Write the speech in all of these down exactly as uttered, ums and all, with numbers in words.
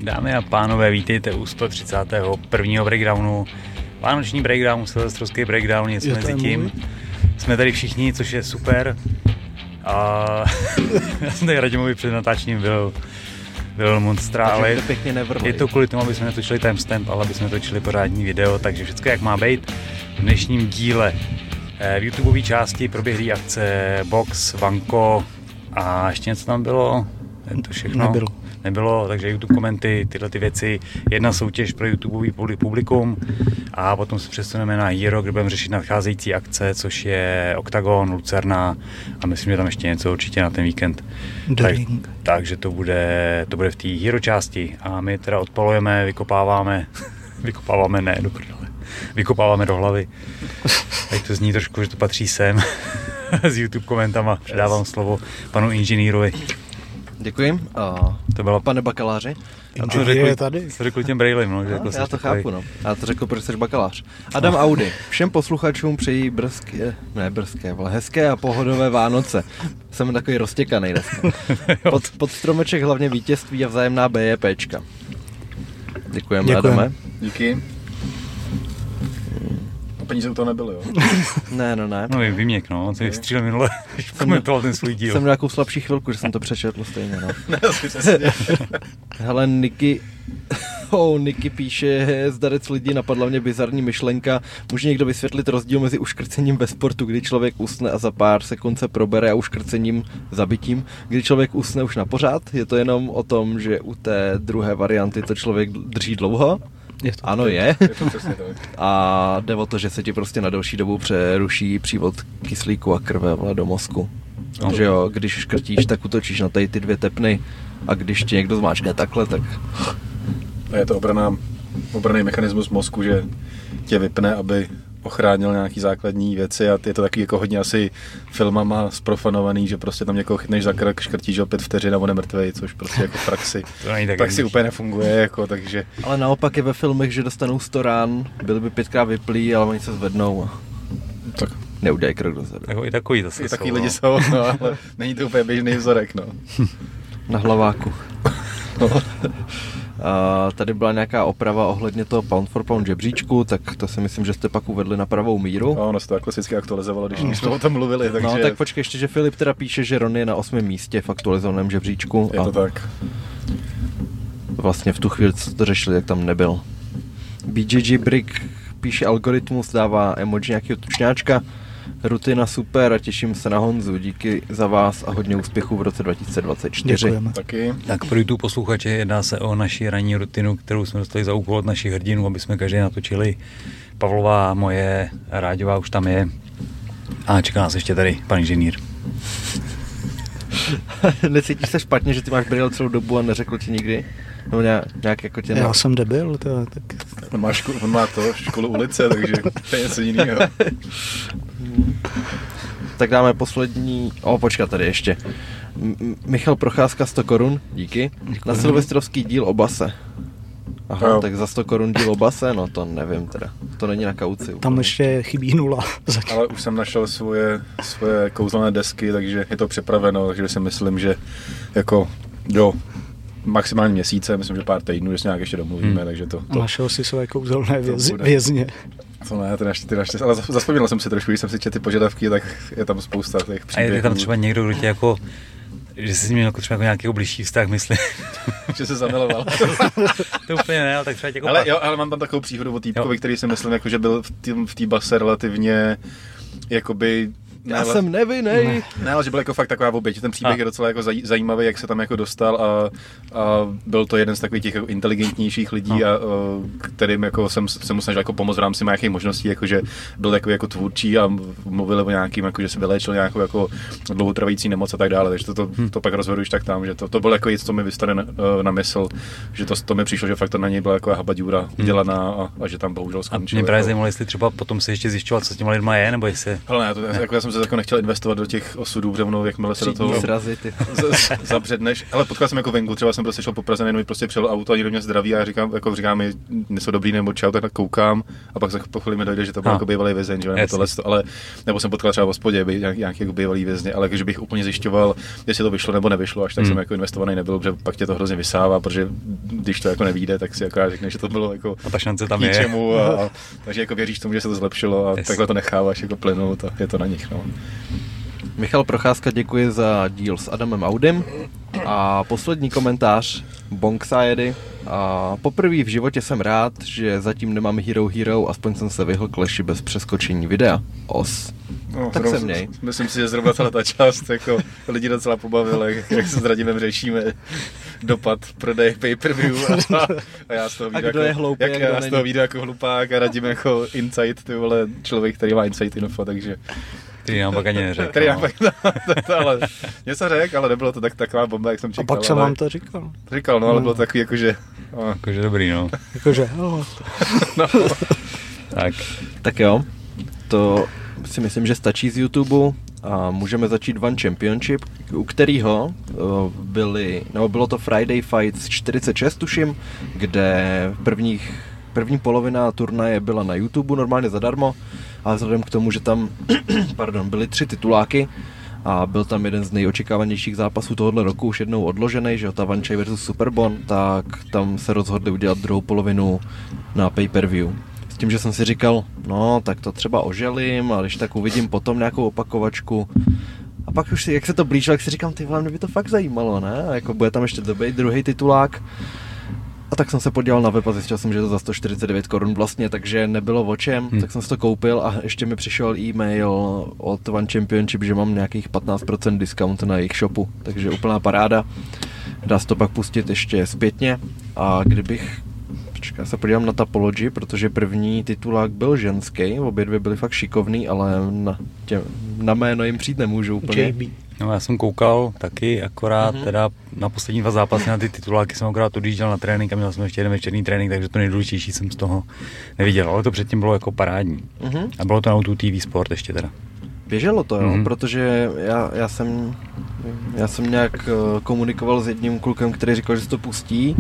Dámy a pánové, vítejte u sto třicátého prvního breakdownu. Vánoční breakdown, silvestrovský breakdown, něco mezi tím. Jsme tady všichni, což je super. A já jsem tady Radimovi před natáčením byl, byl monstra, ale to je to kvůli tomu, aby jsme netočili timestamp, ale aby jsme točili pořádní video, takže všechno jak má být. V dnešním díle v YouTubeové části proběhlý akce Box, Vanko a ještě něco tam bylo. Je to všechno. Nebylo. Nebylo, takže YouTube komenty, tyhle ty věci, jedna soutěž pro YouTubeový publikum a potom se přesuneme na Hero, kde budeme řešit nadcházející akce, což je Octagon, Lucerna a myslím, že tam ještě něco určitě na ten víkend. Tak, takže to bude, to bude v té Hero části a my teda odpalujeme, vykopáváme, vykopáváme ne, do prdele, vykopáváme do hlavy. Tak to zní trošku, že to patří sem s YouTube komentama. Předávám slovo panu inženýrovi. Děkuji. Uh, to bylo pane bakaláři. Inženýr je tady. To řekl těm brejlem, no. no já to chápu, no. Já to řekl, protože jsi bakalář. Adam no. Audi. Všem posluchačům přeji brzké, ne brzké, ale hezké a pohodové Vánoce. Jsem takový roztěkanej dneska. Pod, pod stromeček hlavně vítězství a vzájemná BJPčka. Děkujeme, Děkujem. Adame. Díky. Peníze u toho nebyly, jo? Ne, no ne. No vyměk, no, on se vystřílel minule, když komentoval ten svůj díl. Jsem nějakou slabší chvilku, že jsem to přečetl stejně, no. Ne, asi přesně. Hele, Niky, oh, Niky píše, zdarec lidí, napadla mě bizarní myšlenka, může někdo vysvětlit rozdíl mezi uškrcením ve sportu, kdy člověk usne a za pár sekund se probere a uškrcením zabitím, kdy člověk usne už na pořád, je to jenom o tom, že u té druhé varianty to člověk drží dlouho? Je to, ano, je. Je to přesně tak. A jde o to, že se ti prostě na delší dobu přeruší přívod kyslíku a krve vle, do mozku. No. Že jo, když škrtíš, tak útočíš na tady ty dvě tepny a když ti někdo zmáčkne takhle, tak... A je to obraná, obranný mechanismus mozku, že tě vypne, aby ochránil nějaký základní věci a je to taky jako hodně asi filmama zprofanovaný, že prostě tam někoho chytneš za krk, škrtíš ho pět vteřin a on je mrtvej, což prostě jako v praxi, v praxi úplně nefunguje, jako, takže... Ale naopak je ve filmech, že dostanou sto rán, byli by pětkrát vyplí, ale oni se zvednou a... Tak. Neudělají krok dozadu. Jako i takový to I takový lidi jsou, no, ale není to úplně běžný vzorek, no. Na hlaváku. Uh, tady byla nějaká oprava ohledně toho pound for pound žebříčku, tak to si myslím, že jste pak uvedli na pravou míru. No, ono se to klasicky aktualizovalo, když, když jsme o tom mluvili, takže... No, tak počkej ještě, že Filip teda píše, že Ron je na osmém místě v aktualizovaném žebříčku. Je to tak. Vlastně v tu chvíli, co to řešili, tak tam nebyl. B J G Brick píše, algoritmus dává emoji nějakého tučňáčka. Rutina super a těším se na Honzu. Díky za vás a hodně úspěchů v roce dva tisíce dvacet čtyři. Děkujeme. Taky. Tak pro YouTube posluchače jedná se o naši ranní rutinu, kterou jsme dostali za úkol od našich hrdinů, aby jsme každý natočili. Pavlová, moje, Ráďová už tam je. A čeká nás ještě tady pan inženýr. Necítíš se špatně, že ty máš brýle celou dobu a neřekl ti nikdy? No nějak, nějak jako tě... Já jsem debil, to, tak... On má, školu, on má to, školu ulice, takže to je něco jiného. Tak dáme poslední... O, počkat tady ještě. M- Michal Procházka sto korun, díky. Děkujeme. Na silvestrovský díl o base. Aha, no. Tak za sto korun díl o base, no to nevím teda. To není na kauci. Tam úplně. Ještě chybí nula. Ale už jsem našel svoje, svoje kouzelné desky, takže je to připraveno, takže si myslím, že jako do maximálně měsíce, myslím, že pár týdnů, že se nějak ještě domluvíme, hmm. takže to... to našel si své kouzelné věz, vězně. To ne, ty naštěstí, ty naštěstí, ale zaspomněl jsem si trošku, když jsem si četl ty požadavky, tak je tam spousta těch příběhů. A je tam třeba někdo, kdo tě jako, že jsi s ním jako třeba jako nějaký blížší vztah, myslím. Že se zamiloval. To úplně ne, ale tak třeba tě jako... Ale, jo, ale mám tam takovou příhodu o týpkovi, který si myslím, jako, že byl v té base relativně, jakoby... Já ne, jsem nevinnej. Ne, ne, ale že byl jako fakt taková oběť. Ten příběh a. je docela jako zaj, zajímavý, jak se tam jako dostal a, a byl to jeden z takových těch jako inteligentnějších lidí, a, a, kterým jako jsem se mu snažil jako pomoct v rámci nějakých možností, jakože byl takový jako tvůrčí a mluvil o nějakým, jako, že se vyléčil nějakou jako dlouhotrvající nemoc a tak dále. Takže to, to, hmm. to pak rozhoduješ tak tam, že to, to bylo jako něco, co mi vystane na, na mysl, že to, to mi přišlo, že fakt to na něj byla jako habaďůra udělaná a, a že tam bohužel skončil. A mě právě jako... zajímalo, jestli třeba potom se ještě zjišťoval, co s těma lidma je, nebo jestli... Ale ne, to, jako já jsem zase jako nechtěl investovat do těch osudů, protože ono, jakmile se do toho srazy, ty. zabředneš. Ale potkal jsem jako venku, třeba jsem prostě šel po Praze, jenom mi prostě přijel auto a někdo mě zdraví a já říkám, jako říkám mi, něco dobrý nebo čau, tak koukám a pak se po chvíli mi dojde, že to byl jako bývalý vězeň, že nebo tohle, ale nebo jsem potkal třeba v hospodě, nějaký, nějaký jako bývalý vězně, ale že bych úplně zjišťoval, jestli to vyšlo nebo nevyšlo, až tak hmm. jsem jako investovaný nebyl, protože pak tě to hrozně vysává, protože když to jako nevíde, tak si akorát řekneš, že to bylo jako a ta šance tam ničemu je. A, a, takže jako věříš tomu, že se to zlepšilo a yes. takhle to necháváš jako plynout a je to na nich. No. Michal Procházka děkuji za díl s Adamem Audym a poslední komentář Bonksajedy. A poprvé v životě jsem rád, že zatím nemám Hero Hero, aspoň jsem se vyhl Clashi bez přeskočení videa. Os. No, tak zrovna, se měj. Myslím si, že zrovna tahle ta část jako lidi docela pobavila, jak, jak se s Radimem řešíme dopad prodeje pay-per-view a, a já z toho vídu jako, je hloupý, jak, já z toho vídu jako hlupák a Radim jako insight, ty vole, člověk, který má insight info, takže který nám pak ani neřekl. Který nám pak, no, to, to, ale něco řekl, ale nebylo to tak, taková bomba, jak jsem čekal. A pak jsem ale, vám to říkal. Říkal, no, ale bylo to takový jakože... No. Jakože dobrý, no. Jakože, no. no. Tak. Tak jo, to si myslím, že stačí z YouTube a můžeme začít One Championship, u kterého byly, nebo bylo to Friday Fights čtyřicet šest, tuším, kde prvních, první polovina turnaje byla na YouTube normálně zadarmo, ale vzhledem k tomu, že tam pardon, byly tři tituláky a byl tam jeden z nejočekávanějších zápasů tohoto roku, už jednou odložený, že ta Vanchai versus Superbon, tak tam se rozhodli udělat druhou polovinu na pay-per-view. S tím, že jsem si říkal, no, tak to třeba oželím a když tak uvidím potom nějakou opakovačku. A pak už si, jak se to blížilo, jak si říkám, ty vole, mě by to fakt zajímalo, ne? A jako bude tam ještě dobrý druhý titulák. A tak jsem se podíval na web a zjistil jsem, že to za sto čtyřicet devět korun vlastně, takže nebylo o čem, hmm. tak jsem si to koupil a ještě mi přišel e-mail od One Championship, že mám nějakých patnáct procent discount na jejich shopu, takže úplná paráda. Dá se to pak pustit ještě zpětně a kdybych, počkej, já se podívám na Tapology, protože první titulák byl ženský, obě dvě byly fakt šikovný, ale na, tě, na jméno jim přijít nemůžu úplně. J B. No, já jsem koukal taky, akorát mm-hmm. teda na poslední dva zápasy na ty tituláky jsem akorát odjížděl na trénink a měl jsem ještě jeden večerní trénink, takže to nejdůležitější jsem z toho neviděl, ale to předtím bylo jako parádní. Mm-hmm. A bylo to na O dva T V Sport ještě teda. Běželo to, jo, mm-hmm. protože já, já jsem já jsem nějak komunikoval s jedním klukem, který říkal, že se to pustí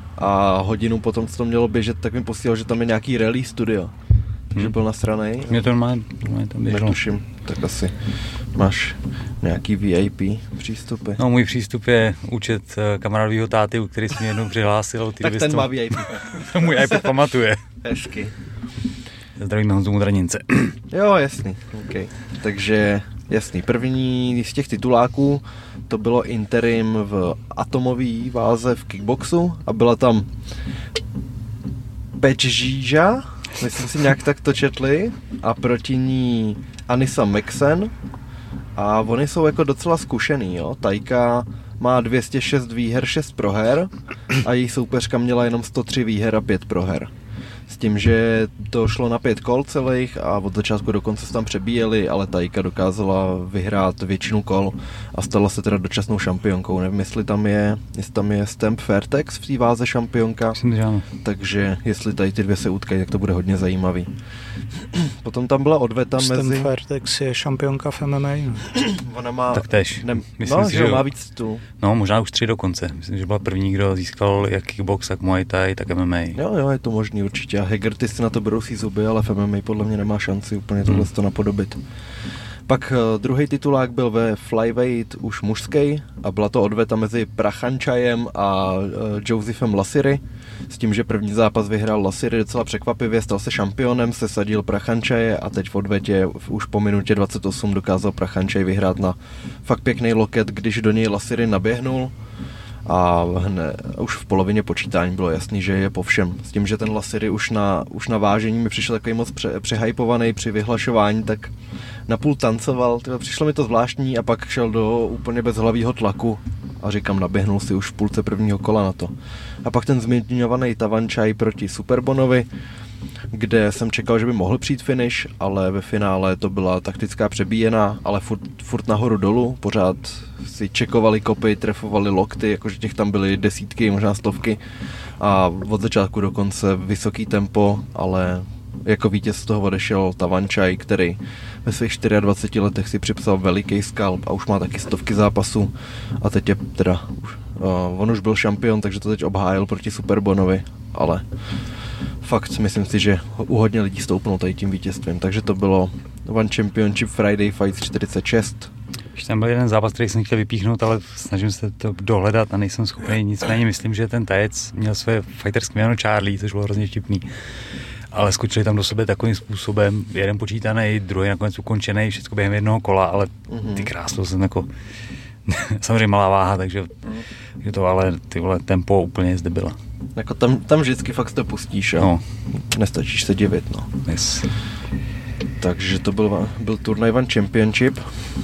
a hodinu potom, co to mělo běžet, tak mi posílal, že tam je nějaký rally studio. Takže hmm. byl nasranej. Mě to má, tam běželo. Netuším, tak asi máš nějaký V I P přístupy. No, můj přístup je účet kamarádovýho táty, u který jsem mě jednou přihlásil. Tak ten má V I P. Můj iPad pamatuje. Hezky. Zdravíme Honzu Mudranince. Jo, jasný, okay. Takže jasný, první z těch tituláků to bylo interim v atomové váze v kickboxu a byla tam Pečžíža, myslím si nějak tak to četli, a proti ní Anissa Meksen a oni jsou jako docela zkušený, jo. Tajka má dvě stě šest výher, šest proher a její soupeřka měla jenom sto tři výher a pět proher. S tím, že to šlo na pět kol celých a od začátku do konce se tam přebíjeli, ale Tajka dokázala vyhrát většinu kol a stala se teda dočasnou šampionkou. Nevím, jestli tam je, jestli tam je Stamp Fairtex v té váze šampionka, myslím, že ano. Takže jestli tady ty dvě se utkají, tak to bude hodně zajímavý. Potom tam byla odveta Stamp mezi... Stamp Fairtex je šampionka v M M A. Ona má... Tak tež. Ne... Myslím no, si, že že má víc tu. No, možná už tři dokonce. Myslím, že byla první, kdo získal jak kickbox, tak Muay Thai, tak M M A. Jo, jo, je to možný určitě. A Hegerty si na to berou si zuby, ale v M M A podle mě nemá šanci úplně tohle hmm. to napodobit. Pak uh, druhý titulák byl ve flyweight už mužský a byla to odveta mezi Prachančajem a uh, Josephem Lassiry. S tím, že první zápas vyhrál Lassiry docela překvapivě, stal se šampionem, sesadil Prachančaje a teď v odvetě už po minutě dvacet osm dokázal Prachančaj vyhrát na fakt pěkný loket, když do něj Lassiry naběhnul. A hned, už v polovině počítání bylo jasný, že je po všem. S tím, že ten Lassiry už na, už na vážení mi přišel takový moc pře, přehypovaný při vyhlašování, tak napůl tancoval, tyhle, přišlo mi to zvláštní a pak šel do úplně bezhlavýho tlaku a říkám, naběhnul si už v půlce prvního kola na to. A pak ten zmiňovaný Tavanchai proti Superbonovi, kde jsem čekal, že by mohl přijít finish, ale ve finále to byla taktická přebíjená, ale furt, furt nahoru dolů, pořád si čekovali kopy, trefovali lokty, jakože těch tam byly desítky, možná stovky a od začátku do konce vysoký tempo, ale jako vítěz z toho odešel Tavančaj, který ve svých dvaceti čtyřech letech si připsal veliký skalp a už má taky stovky zápasů a teď je teda, uh, on už byl šampion, takže to teď obhájil proti Superbonovi, ale fakt myslím si, že u hodně lidí stoupnou tady tím vítězstvím, takže to bylo One Championship Friday Fights čtyřicet šest. Už tam byl jeden zápas, který jsem chtěl vypíchnout, ale snažím se to dohledat a nejsem schopný, nicméně myslím, že ten tajec měl své fighterské jméno Charlie, což bylo hrozně vtipný. Ale skočili tam do sebe takovým způsobem, jeden počítaný, druhý nakonec ukončený, všechno během jednoho kola, ale ty krásno jsem jako, samozřejmě malá váha, takže je to ale ty vole tempo úplně zde byla. Jako tam, tam vždycky fakt to pustíš a no. Nestačíš se divit, no. Yes. Takže to byl, byl turnaj One Championship.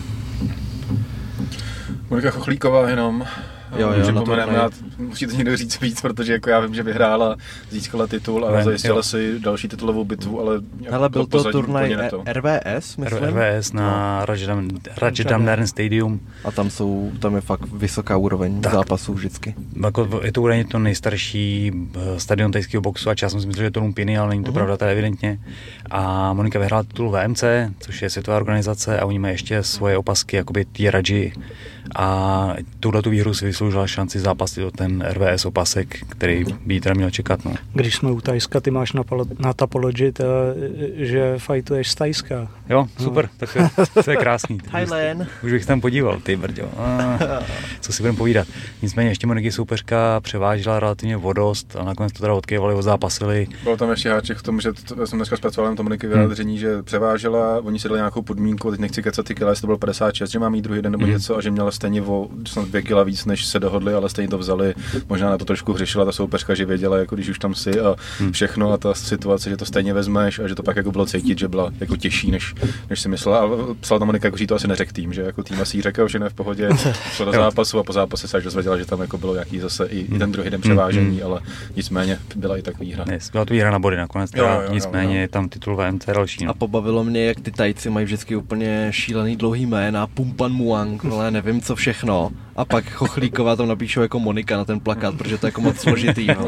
Monika Chochlíková jenom. Jo, jo, na to já, musíte někdo říct víc, protože jako já vím, že vyhrála, získala titul a zajistila si další titulovou bitvu, ale hele, byl to turnaj R V S, myslím? R V S na no. Rajadamnern Stadium. A tam jsou, tam je fakt vysoká úroveň tak. zápasů vždycky. Jako je to údajně to nejstarší stadion tajského boxu a já jsem si myslel, že je to Lumpiny, ale není to uh-huh. pravda, to je evidentně. A Monika vyhrála titul V M C, což je světová organizace a oni mají ještě svoje opasky, jakoby T Raji. A tuhletu výhru si vysloužila šanci zápasit o ten R V S opasek, který by teda měl čekat. No. Když jsme u Tajska, ty máš na, polo, na Tapology, to, že fightuješ z Tajska. Jo, super, no. Tak to je, to je krásný. Thailand. Už bych tam podíval, ty brďo. A, co si budeme povídat. Nicméně ještě Moniky soupeřka převážila relativně vodost a nakonec to teda odkývali, zápasili. Bylo tam ještě háček v tom, že to, jsem dneska zpracoval to Moniky vyjádření, hmm. že převážela, oni si dali nějakou podmínku, teď nechci kecat ty kila, jestli to bylo padesát šest, že má mít druhý den nebo hmm. něco a že měla stejně o snad dvě kila víc, než se dohodli, ale stejně to vzali. Možná na to trošku hřešila ta soupeřka, že věděla, jako když už tam si a všechno a ta situace, že to stejně vezmeš a že to pak jako bylo cítit, že byla jako těžší, než, než si myslela. A psala tam Monika, jako, že to asi neřekl tým, že jako tým asi jí řekl, že ne v pohodě, šlo do zápasu a po zápase se až dozvěděla, že tam jako bylo nějaký zase i, i ten druhý den převážení, ale nicméně byla i tak výhra. Yes, byla to výhra na body nakonec, jo, jo, nicméně jo, jo. tam titul V M C další. No. A pobavilo mě, jak ty Tajci mají vždycky úplně šílený dlouhý jména, Pumpan Muang, ale nevím co všechno. A pak Chochlíková tam napíšou jako Monika na ten plakát, protože to je jako moc složitý. No.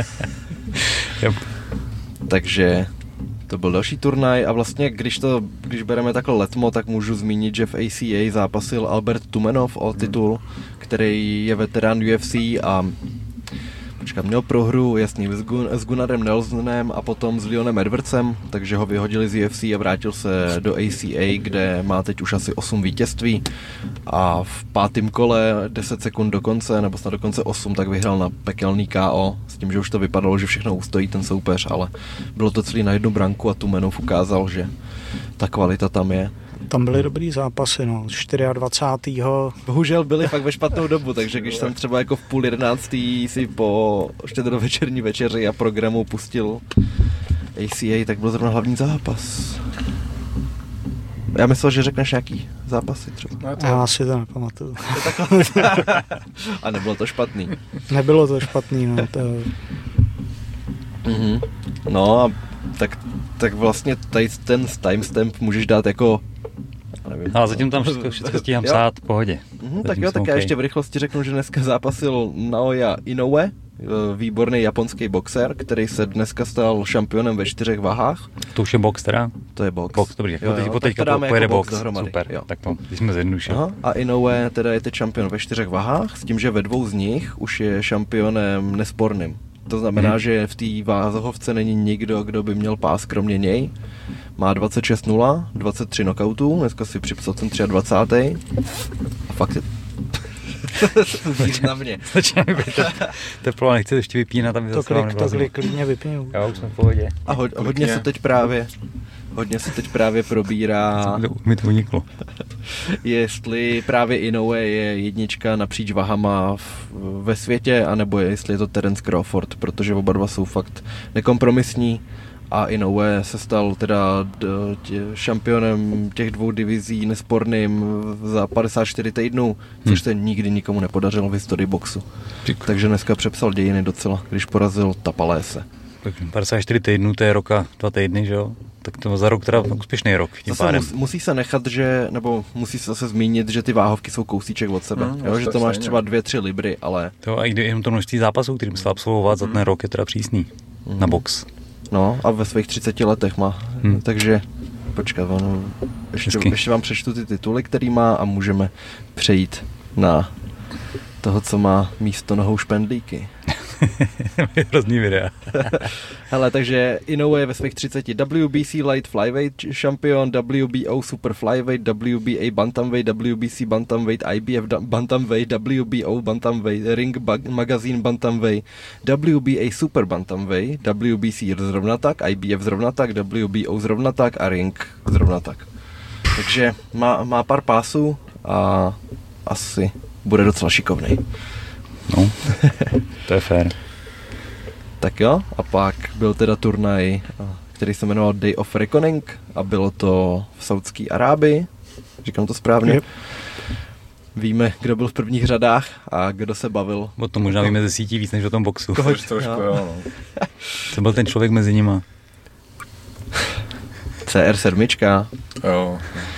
Yep. Takže to byl další turnaj a vlastně, když to, když bereme takhle letmo, tak můžu zmínit, že v A C A zápasil Albert Tumenov o titul, který je veterán U F C a počkat, měl prohru, jasný, s, Gun, s Gunnarem Nelsonem a potom s Leonem Edwardsem, takže ho vyhodili z U F C a vrátil se do A C A, kde má teď už asi osm vítězství a v pátém kole deset sekund do konce, nebo snad dokonce osm, tak vyhrál na pekelný K O, s tím, že už to vypadalo, že všechno ustojí ten soupeř, ale bylo to celý na jednu branku a Tumenov ukázal, že ta kvalita tam je. Tam byly dobrý zápasy, no, dvacátého čtvrtého Bohužel byly fakt ve špatnou dobu, takže když tam třeba jako v půl jedenáctý si po štědrovečerní večeři a programu pustil A C A, tak byl zrovna hlavní zápas. Já myslel, že řekneš nějaký zápasy třeba. No, to... Já si to nepamatuju. A nebylo to špatný. Nebylo to špatný, no. To... Mm-hmm. No a tak, tak vlastně tady ten timestamp můžeš dát jako nevím. Ale zatím tam všechno, všechno stíhám psát v pohodě. Mm-hmm, tak jo, tak okay. Já ještě v rychlosti řeknu, že dneska zápasil Naoya Inoue, výborný japonský boxer, který se dneska stal šampionem ve čtyřech vahách. To už je box teda? To je box. Box, dobrý, jo, teď jo, po teďka po, pojede jako box, box super, jo. Tak to, když jsme zjednodušili. A Inoue teda je teď šampion ve čtyřech vahách, s tím, že ve dvou z nich už je šampionem nesporným. To znamená, hmm. že v té vázahovce není nikdo, kdo by měl pás kromě něj. Má dvacet šest nula, dvacet tři knockoutů, dneska si připsal ten dvacátý třetí A fakt je... Víš na mě. Začíná mi být teplo, nechci ještě vypínat, aby to klik, to klik, klidně vypínu. Jo, už jsme v pohodě. A ho, hodně se teď právě... Hodně se teď právě probírá... Mi to uniklo. Jestli právě Inoue je jednička napříč vahama v, ve světě, anebo jestli je to Terence Crawford, protože oba dva jsou fakt nekompromisní a Inoue se stal teda tě, šampionem těch dvou divizí nesporným za padesát čtyři týdnů, což hmm. se nikdy nikomu nepodařilo v historii boxu. Díky. Takže dneska přepsal dějiny docela, když porazil Tapalese. padesát čtyři týdnů, to je roka, dva týdny, že jo? Tak to za rok teda úspěšný rok. Tím zase mus, musí se nechat, že, nebo musí se zase zmínit, že ty váhovky jsou kousíček od sebe. Mm, jo, že to máš stejně. Třeba dvě, tři libry, ale... To a i jenom to množství zápasů, který musel absolvovat mm. za ten rok, je teda přísný. Mm. Na box. No a ve svých třiceti letech má, hmm. takže počkat, ono, ještě, ještě vám přečtu ty tituly, který má a můžeme přejít na toho, co má místo nohou špendlíky. Hrozný videa. Hele, takže Inoue je ve svých třiceti W B C Light Flyweight šampion, W B O Super Flyweight, W B A Bantamweight, W B C Bantamweight, I B F Bantamweight, W B O Bantamweight, Ring Magazine Bantamweight, W B A Super Bantamweight, W B C zrovna tak, I B F zrovna tak, W B O zrovna tak a Ring zrovna tak. Takže má, má pár pásů a asi bude docela šikovnej. No, to je fér. Tak jo, a pak byl teda turnaj, který se jmenoval Day of Reckoning a bylo to v Saudské Arábii, říkám to správně. Yep. Víme, kdo byl v prvních řadách a kdo se bavil. O tom možná víme ze sítí víc než o tom boxu. Koho, trošku, jo, no. Co byl ten člověk mezi nima? C R sedm. Jo.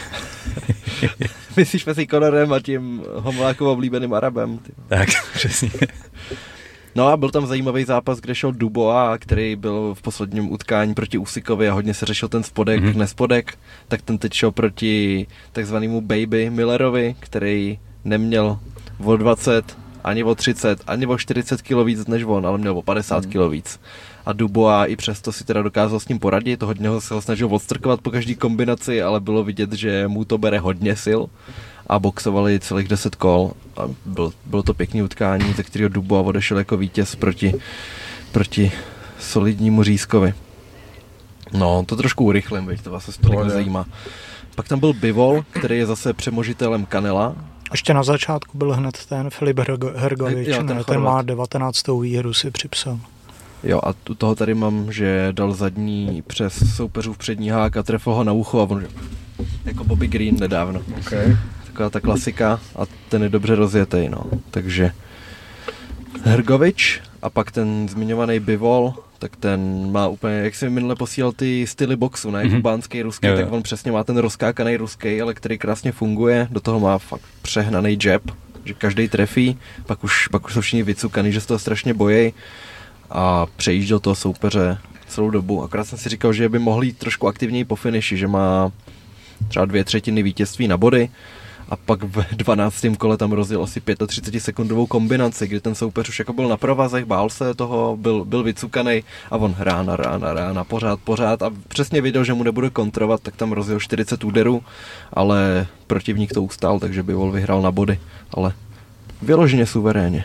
Myslíš mezi Conorem a tím Homolákovou oblíbeným Arabem. Ty. Tak, přesně. No a byl tam zajímavý zápas, kde šel Dubois, který byl v posledním utkání proti Usikovi a hodně se řešil ten spodek, mm-hmm. nespodek, tak ten teď šel proti takzvanému Baby Millerovi, který neměl o dvacet, ani o třicet, ani o čtyřicet kilo víc než on, ale měl o padesát mm. kilo víc. A Dubois i přesto si teda dokázal s ním poradit, hodně ho se ho snažil odstrkovat po každý kombinaci, ale bylo vidět, že mu to bere hodně sil a boxovali celých deset kol a bylo, bylo to pěkný utkání, ze kterého Dubois odešel jako vítěz proti, proti solidnímu Řízkovi. No, to trošku urychlím, veď, to vás se tolik nezajímá. Pak tam byl Bivol, který je zase přemožitelem Canela. Ještě na začátku byl hned ten Filip Hrgovič, jo, ten, ten, ten má devatenáctou výhru, si připsal. Jo, a u toho tady mám, že dal zadní přes soupeřův přední hák a trefil ho na ucho a on jako Bobby Green nedávno. Okay. Taková ta klasika a ten je dobře rozjetej, no. Takže Hrgovič a pak ten zmiňovaný Bivol, tak ten má úplně, jak jsem minule posílal ty styly boxu, ne, mm-hmm. kubánský, ruský, jo, jo. Tak on přesně má ten rozkákaný ruský, ale který krásně funguje, do toho má fakt přehnaný jab, že každý trefí, pak už, pak už jsou všichni vycukaný, že se toho strašně bojí a přejížděl toho soupeře celou dobu. Akorát jsem si říkal, že by mohl jít trošku aktivněji po finiši, že má třeba dvě třetiny vítězství na body a pak v dvanáctém kole tam rozjel asi třicet pět sekundovou kombinaci, kdy ten soupeř už jako byl na provazech, bál se toho, byl, byl vycukanej a on rána, rána, rána, pořád, pořád a přesně věděl, že mu nebude kontrovat, tak tam rozjel čtyřicet úderů, ale protivník to ustál, takže Bivol vyhrál na body, ale vyloženě suverénně.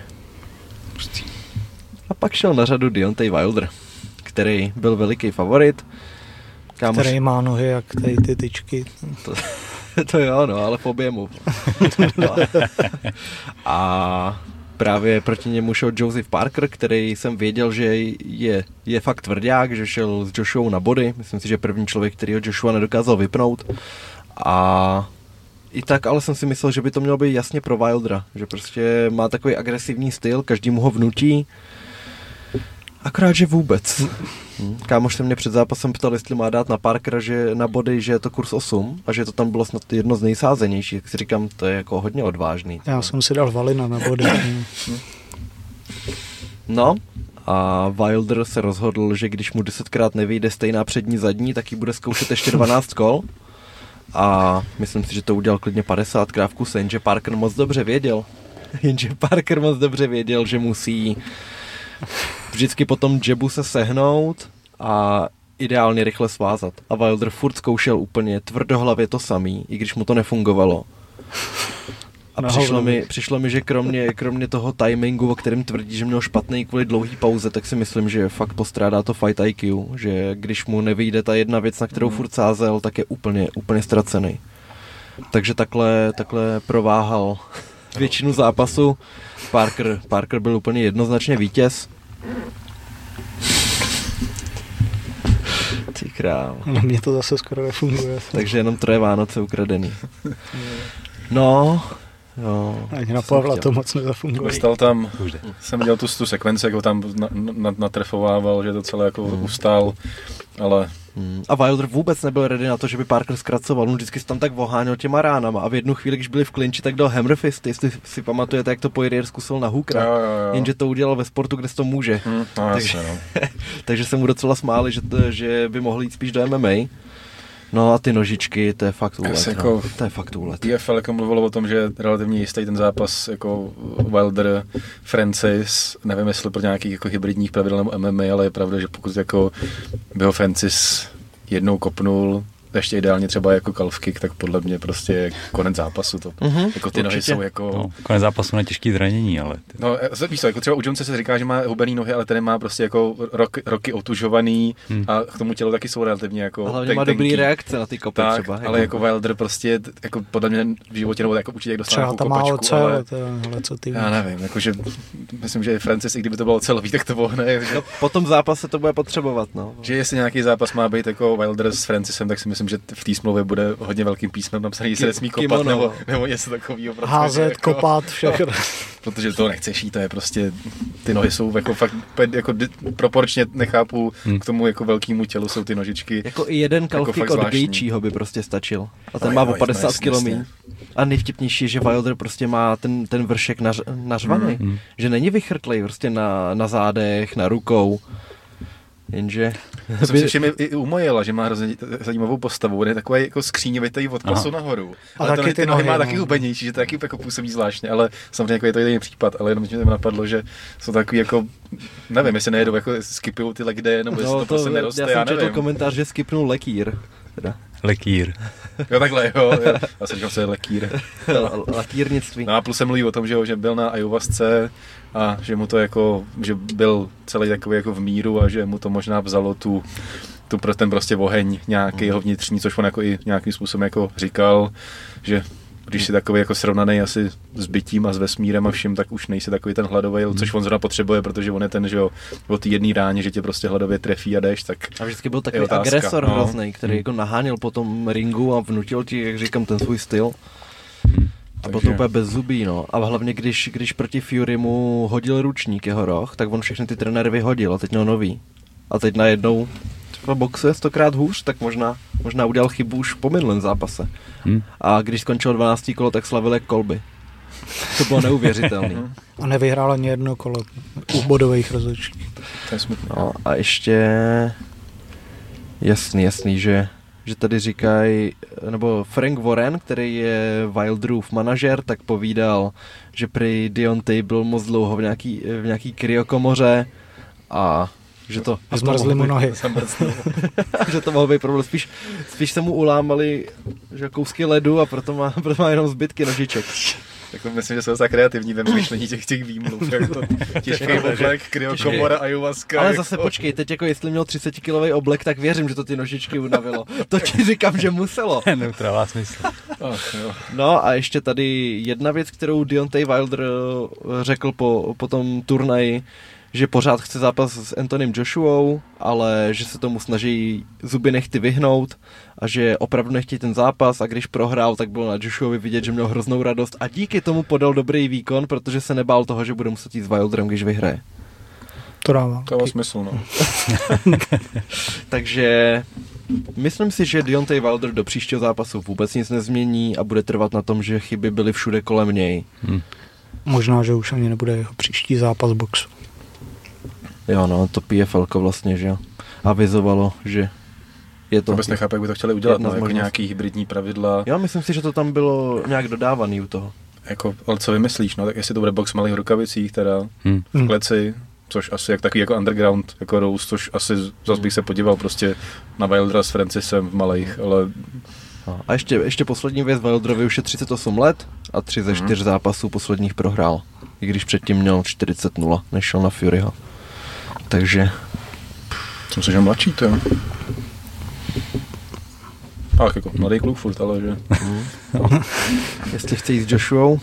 A pak šel na řadu Deontay Wilder, který byl veliký favorit. Kámoš... Který má nohy jak tady ty tyčky. To, to jo, no, ale v objemu. No. A právě proti němu šel Joseph Parker, který jsem věděl, že je, je fakt tvrdák, že šel s Joshua na body. Myslím si, že první člověk, který ho Joshua nedokázal vypnout. A i tak, ale jsem si myslel, že by to mělo být jasně pro Wildera, že prostě má takový agresivní styl, každý mu ho vnutí. Akorát, že vůbec. Hmm. Kámoš se mě před zápasem ptal, jestli má dát na Parkera, že na body, že je to kurz osm a že to tam bylo snad jedno z nejsázenějších. Tak si říkám, to je jako hodně odvážný. Já jsem si dal Valina na body. No a Wilder se rozhodl, že když mu desetkrát nevyjde stejná přední zadní, tak ji bude zkoušet ještě dvanáct kol. A myslím si, že to udělal klidně padesátkrát v kuse, jenže Parker moc dobře věděl. Jenže Parker moc dobře věděl, že musí vždycky po tom jabu se sehnout a ideálně rychle svázat. A Wilder furt zkoušel úplně tvrdohlavě to samý, i když mu to nefungovalo. A přišlo mi, přišlo mi, že kromě, kromě toho timingu, o kterém tvrdí, že měl špatný kvůli dlouhý pauze, tak si myslím, že fakt postrádá to fight I Q, že když mu nevyjde ta jedna věc, na kterou furt sázel, tak je úplně, úplně ztracený. Takže takhle, takhle prováhal většinu zápasu. Parker, Parker byl úplně jednoznačně vítěz. Ty král. Na mě to zase skoro nefunguje. Takže jenom troje Vánoce ukradený. No, jo. Ani na Pavla to moc nezafunguje. Dostal tam, jsem dělal tu, tu sekvenci, jako tam na, na, natrefovával, že to celé jako mm. ustál, ale Hmm. A Wilder vůbec nebyl ready na to, že by Parker zkracoval, on vždycky se tam tak voháněl těma ránama a v jednu chvíli, když byli v klinči, tak dal hammer fist, jestli si pamatujete, jak to Poirier zkusil na Hookera, jo, jo, jo. jenže to udělal ve sportu, kde se to může. Hmm, no, takže, jasně, no. takže se mu docela smáli, že, to, že by mohli jít spíš do M M A. No a ty nožičky, to je fakt úlet. Jako, no. To je fakt úlet. T F L jako mluvilo o tom, že je relativně jistý ten zápas jako Wilder Francis, nevím jestli pro nějakých jako hybridních pravidel nebo M M A, ale je pravda, že pokud jako by ho Francis jednou kopnul, ještě ideálně třeba jako calf kick, tak podle mě prostě je konec zápasu. To, uh-huh, jako ty nohy jsou jako... No, konec zápasu na těžký zranění, ale... No, víš co, jako třeba u Jonese se říká, že má hubený nohy, ale ten má prostě jako rok, roky otužovaný hmm. a k tomu tělu taky jsou relativně jako... A hlavně má dobrý reakce na ty kopy tak, třeba. Ale jako Wilder prostě, jako podle mě v životě, nebo jako určitě jak dostane nějakou kopačku, má ocel, ale... To, ale co ty já nevím, jakože myslím, že Francis, i kdyby to bylo ocelový, tak to vohne. No, po tom zápase to bude potřebovat, no. Že jestli nějaký zápas má být jako Wilder s Francisem, tak si myslím, že v té smlouvě bude hodně velkým písmem napsaný, že se nesmí kopat, nebo, nebo něco takového. Házet, jako, kopat, všechno. No, protože to nechceš jít, to je prostě, ty nohy jsou jako fakt, jako proporčně nechápu, hmm. k tomu jako velkému tělu jsou ty nožičky. Jako i jeden calf kick od Gaethjeho by prostě stačil. A ten no, má o padesát kilo míň. A nejvtipnější je, že Wilder prostě má ten, ten vršek nař, nařvaný, hmm. že není vychrtlej prostě na, na zádech, na rukou. Jenže... To jsem si všiml i u Mojela, že má hrozně zajímavou postavu, on je takový jako skříňovitý od pasu nahoru. Ale to, ty, ty nohy má no. taky hubenější, že to taky jako působí zvláštně, ale samozřejmě jako je to jiný případ, ale jenom mě napadlo, že jsou takový jako, nevím, jestli nejedou, jako skipujou ty leg day, nebo no, jestli to, to prostě neroste, já, já nevím. Já jsem četl komentář, že skipnul lekýr. Teda. Lekýr. Jo, takhle, jo. Já jsem říkal, co je lekýr. Lekýrnictví. No a plus se mluví o tom, že, že byl na Ajovasce a že mu to jako, že byl celý takový jako v míru a že mu to možná vzalo tu, tu ten prostě oheň nějaký jeho vnitřní, což on jako i nějakým způsobem jako říkal, že když si takový jako srovnaný asi s bytím a s vesmírem a vším, tak už nejsi takový ten hladový, hmm. což on zrovna potřebuje, protože on je ten, že jo, o té jedné ráně, že tě prostě hladově trefí a jdeš, tak a vždycky byl takový agresor no. hrozný, který hmm. jako naháněl po tom ringu a vnutil ti, jak říkám, ten svůj styl. Hmm. A byl to úplně bez zubí, no. A hlavně, když, když proti Fury mu hodil ručník jeho roh, tak on všechny ty trenéry vyhodil a teď měl nový. A teď najednou třeba boxuje stokrát hůř, tak možná, možná udělal chybu už po minulém zápase. Hmm. A když skončilo dvanácté kolo, tak slavil jak kolby. To bylo neuvěřitelný. A nevyhrál ani jedno kolo u bodových rozhodčí. To je smutné. No a ještě jasný, jasný, že že tady říkají, nebo Frank Warren, který je Wilderův manažer, tak povídal, že prý Deontay byl moc dlouho v nějaký, v nějaký kryokomoře a že to... A zmrzli mu nohy. Že to mohlo být problém. Spíš, spíš se mu ulámali že kousky ledu a proto má, proto má jenom zbytky nožiček. Tak to myslím, že jsou tak kreativní ve myšlení těch těch výmluv, jako těžký oblek, kryokomora, ayahuasca. Ale jako... zase počkej, teď jako jestli měl třicetikilový oblek, tak věřím, že to ty nožičky unavilo. To ti říkám, že muselo. Neutrálá smysl. Ach, jo. No a ještě tady jedna věc, kterou Deontay Wilder řekl po, po tom turnaji, že pořád chce zápas s Antonym Joshuou, ale že se tomu snaží zuby nechty vyhnout a že opravdu nechtějí ten zápas a když prohrál, tak bylo na Joshuovi vidět, že měl hroznou radost a díky tomu podal dobrý výkon, protože se nebál toho, že bude muset jít s Wilderem, když vyhraje. To dává. To má smysl, no. Takže myslím si, že Deontay Wilder do příštího zápasu vůbec nic nezmění a bude trvat na tom, že chyby byly všude kolem něj. Hmm. Možná, že už ani nebude jeho příští zápas boxu. Jo, no, to P F L ko vlastně, že avizovalo, že je to... Vůbec nechápu, jak by to chtěli udělat, no, jako nějaký hybridní pravidla. Jo, myslím si, že to tam bylo nějak dodávaný u toho. Jako, ale co vymyslíš, no, tak jestli to bude box v malých rukavicích teda, hmm. v kleci, což asi jak takový jako underground, jako Rose, což asi zase bych se podíval prostě na Wildera s Francisem v malých, ale... No, a ještě, ještě poslední věc, Wilderovi už je třicet osm let a tři ze čtyř hmm. zápasů posledních prohrál, i když předtím měl čtyřicet nula, než šel na Furyho. Takže... Jsem se, že mladší, to jo. Ach, jako mladý kluk furt, ale že... No. Jestli chce jít s Joshuou.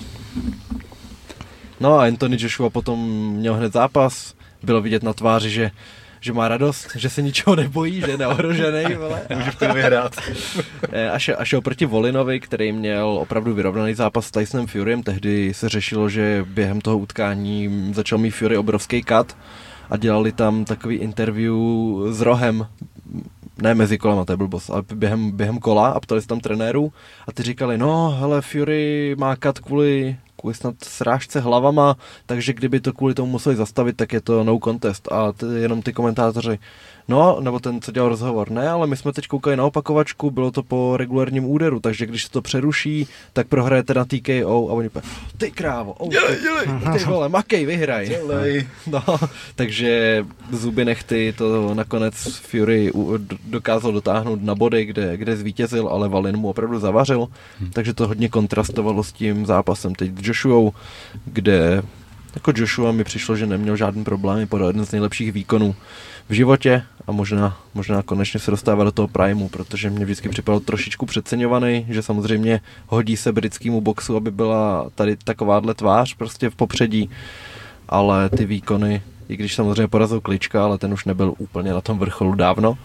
No a Anthony Joshua potom měl hned zápas. Bylo vidět na tváři, že, že má radost, že se ničeho nebojí, že je neohrožený. Může v tom vyhrát. A šel, a šel proti Volinovi, který měl opravdu vyrovnaný zápas s Tysonem Furym. Tehdy se řešilo, že během toho utkání začal mít Fury obrovský cut. A dělali tam takový interview s rohem ne mezi kolama, to je blbost, ale během, během kola a ptali se tam trenérů a ty říkali, no hele, Fury má kat kvůli, kvůli snad srážce hlavama, takže kdyby to kvůli tomu museli zastavit, tak je to no contest a ty, jenom ty komentátoři, no, nebo ten, co dělal rozhovor, ne, ale my jsme teď koukali na opakovačku, bylo to po regulárním úderu, takže když se to přeruší, tak prohrajete na T K O a oni pe, ty krávo, oh, dělej, dělej, ty vole, makej, vyhraj. Dělej. No, takže zuby nechty to nakonec Fury dokázal dotáhnout na body, kde, kde zvítězil, ale Wallin mu opravdu zavařil, hmm. takže to hodně kontrastovalo s tím zápasem teď s Joshuou, kde jako Joshua mi přišlo, že neměl žádný problém, podal jeden z nejlepších výkonů v životě a možná, možná konečně se dostává do toho primu, protože mě vždycky připadal trošičku přeceňovaný, že samozřejmě hodí se britskému boxu, aby byla tady takováhle tvář prostě v popředí, ale ty výkony, i když samozřejmě porazil Klička, ale ten už nebyl úplně na tom vrcholu dávno,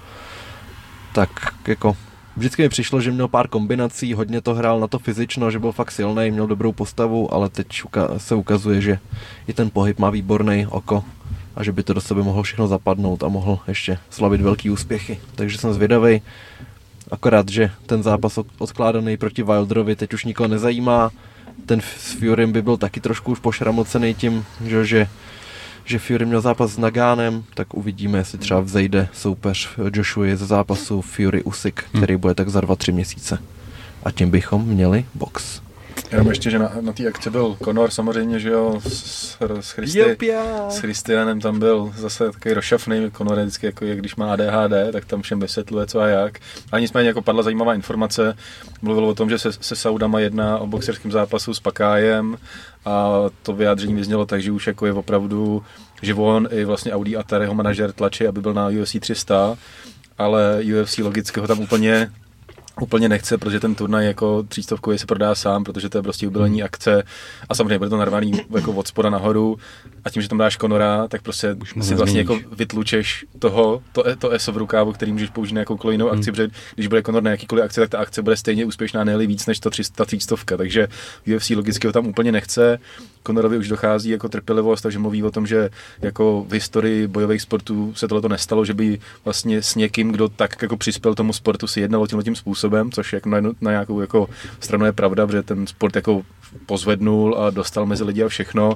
tak jako vždycky mi přišlo, že měl pár kombinací, hodně to hrál na to fyzično, že byl fakt silný, měl dobrou postavu, ale teď se ukazuje, že i ten pohyb má výborný oko a že by to do sebe mohlo všechno zapadnout a mohl ještě slavit velký úspěchy. Takže jsem zvědavej, akorát, že ten zápas odkládaný proti Wilderovi teď už nikoho nezajímá, ten s Furym by byl taky trošku už pošramocený tím, že, že že Fury měl zápas s Nagánem, tak uvidíme, jestli třeba vzejde soupeř Joshua ze zápasu Fury Usyk, který bude tak za dva, tři měsíce. A tím bychom měli box. Jenom ještě, že na, na té akci byl Conor samozřejmě, že jo, s, s, Christy, s Christianem tam byl zase takový rozšafný. Conor je vždycky, jako je, když má A D H D, tak tam všem vysvětluje co a jak. A nicméně jako padla zajímavá informace, mluvil o tom, že se, se Saudama jedná o boxerském zápasu s Pakájem a to vyjádření vyznělo tak, že už jako je opravdu, že on i vlastně Audi Atar, jeho manažer tlačí, aby byl na U F C tři sta, ale U F C logicky ho tam úplně úplně nechce, protože ten turnaj jako třístovkový se prodá sám, protože to je prostě jubilejní akce a samozřejmě bude to narvaný jako od spoda nahoru a tím, že tam dáš Conora, tak prostě si vlastně jako vytlučeš toho, to, to E S O v rukávu, který můžeš použít na jakoukoliv jinou akci, hmm. protože když bude Conor na jakýkoliv akci, tak ta akce bude stejně úspěšná, ne-li víc než to ta třístovka, takže U F C logicky ho tam úplně nechce. Conorovi už dochází jako trpělivost, takže mluví o tom, že jako v historii bojových sportů se tohleto nestalo, že by vlastně s někým, kdo tak jako přispěl tomu sportu, si jednalo tímhle tím způsobem, což jako na, na nějakou jako stranu je pravda, protože ten sport jako pozvednul a dostal mezi lidi a všechno.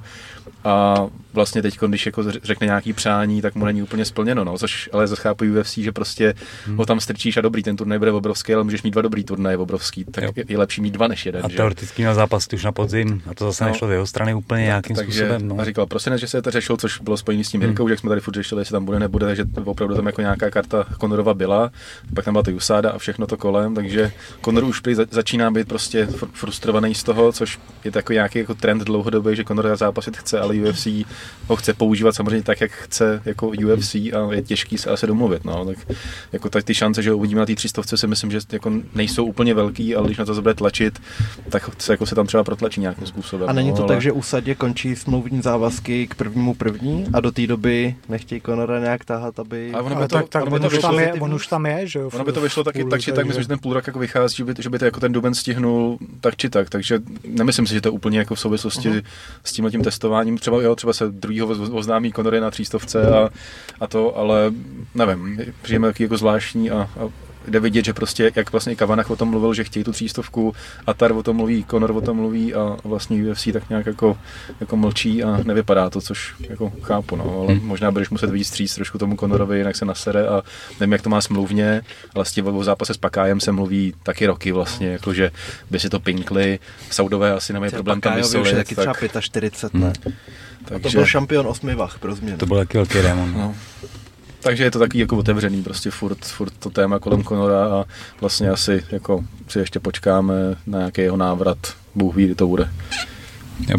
A vlastně teď, když jako řekne nějaký přání, tak mu není úplně splněno, no, což ale zase chápu U F C, že prostě hmm. ho tam strčíš a dobrý, ten turnaj bude obrovský, ale můžeš mít dva dobrý turnaje obrovský, tak je, je lepší mít dva než jeden. A teoreticky měl zápas už na podzim a to zase no, nešlo z jeho strany úplně no, nějakým takže, způsobem. No. A říkal prosinec, že se to řešil, což bylo spojené s tím Jirkou, hmm. že jsme tady furt řešili, jestli tam bude, nebude, takže opravdu tam jako nějaká karta Conorova byla, pak tam byla to U S A D A a všechno to kolem, takže Conor už prý začíná být prostě frustrovaný z toho, což je takový nějaký jako trend dlouhodobý, že Conor zápasit chce, ale U F C ho chce používat samozřejmě tak, jak chce jako U F C a je těžký se asi domluvit, no, tak jako tak ty šance, že ho uvidíme na té třístovce, si myslím, že jako nejsou úplně velký, ale když na to bude tlačit, tak se jako se tam třeba protlačí nějakým způsobem. A není to no, tak, ale... že U S A D A končí smlouvní závazky k prvnímu první a do té doby nechtějí Conora nějak tahat, aby... Ale, ale to, tak, tak on, už tam je, on už tam je, že jo? Ono by to vyšlo taky, tak či tak, myslím, že ten půl rok jako vychází, že by, že by to jako ten duben stihnul tak či tak, takže nemyslím si, že to je úplně jako v souvislosti uh-huh. s tímhletím testováním, třeba jo, třeba se druhýho oznámí Conor na třístovce a, a to, ale nevím, přijeme taky jako zvláštní a, a jde vidět, že prostě, jak vlastně Kavanagh o tom mluvil, že chtějí tu třístovku, Atar o tom mluví, Conor o tom mluví a vlastně U F C tak nějak jako, jako mlčí a nevypadá to, což jako chápu, no, ale hmm. možná budeš muset vidět stříc trošku tomu Conorovi, jinak se nasere a nevím, jak to má smluvně, ale s tím o zápase s Pakájem se mluví taky roky vlastně, jakože by si to pinkli, Saudové asi nemají problém tam vysolit. Už je taky tak... třeba čtyřicet pět, ne? Hmm. Takže... A to byl šampion osmi vah pro změnu. To byl taky velký démon. No. Takže je to taky jako otevřený, prostě furt, furt to téma kolem Conora a vlastně asi jako si ještě počkáme na nějaký jeho návrat. Bůh ví, kdy to bude. Yep.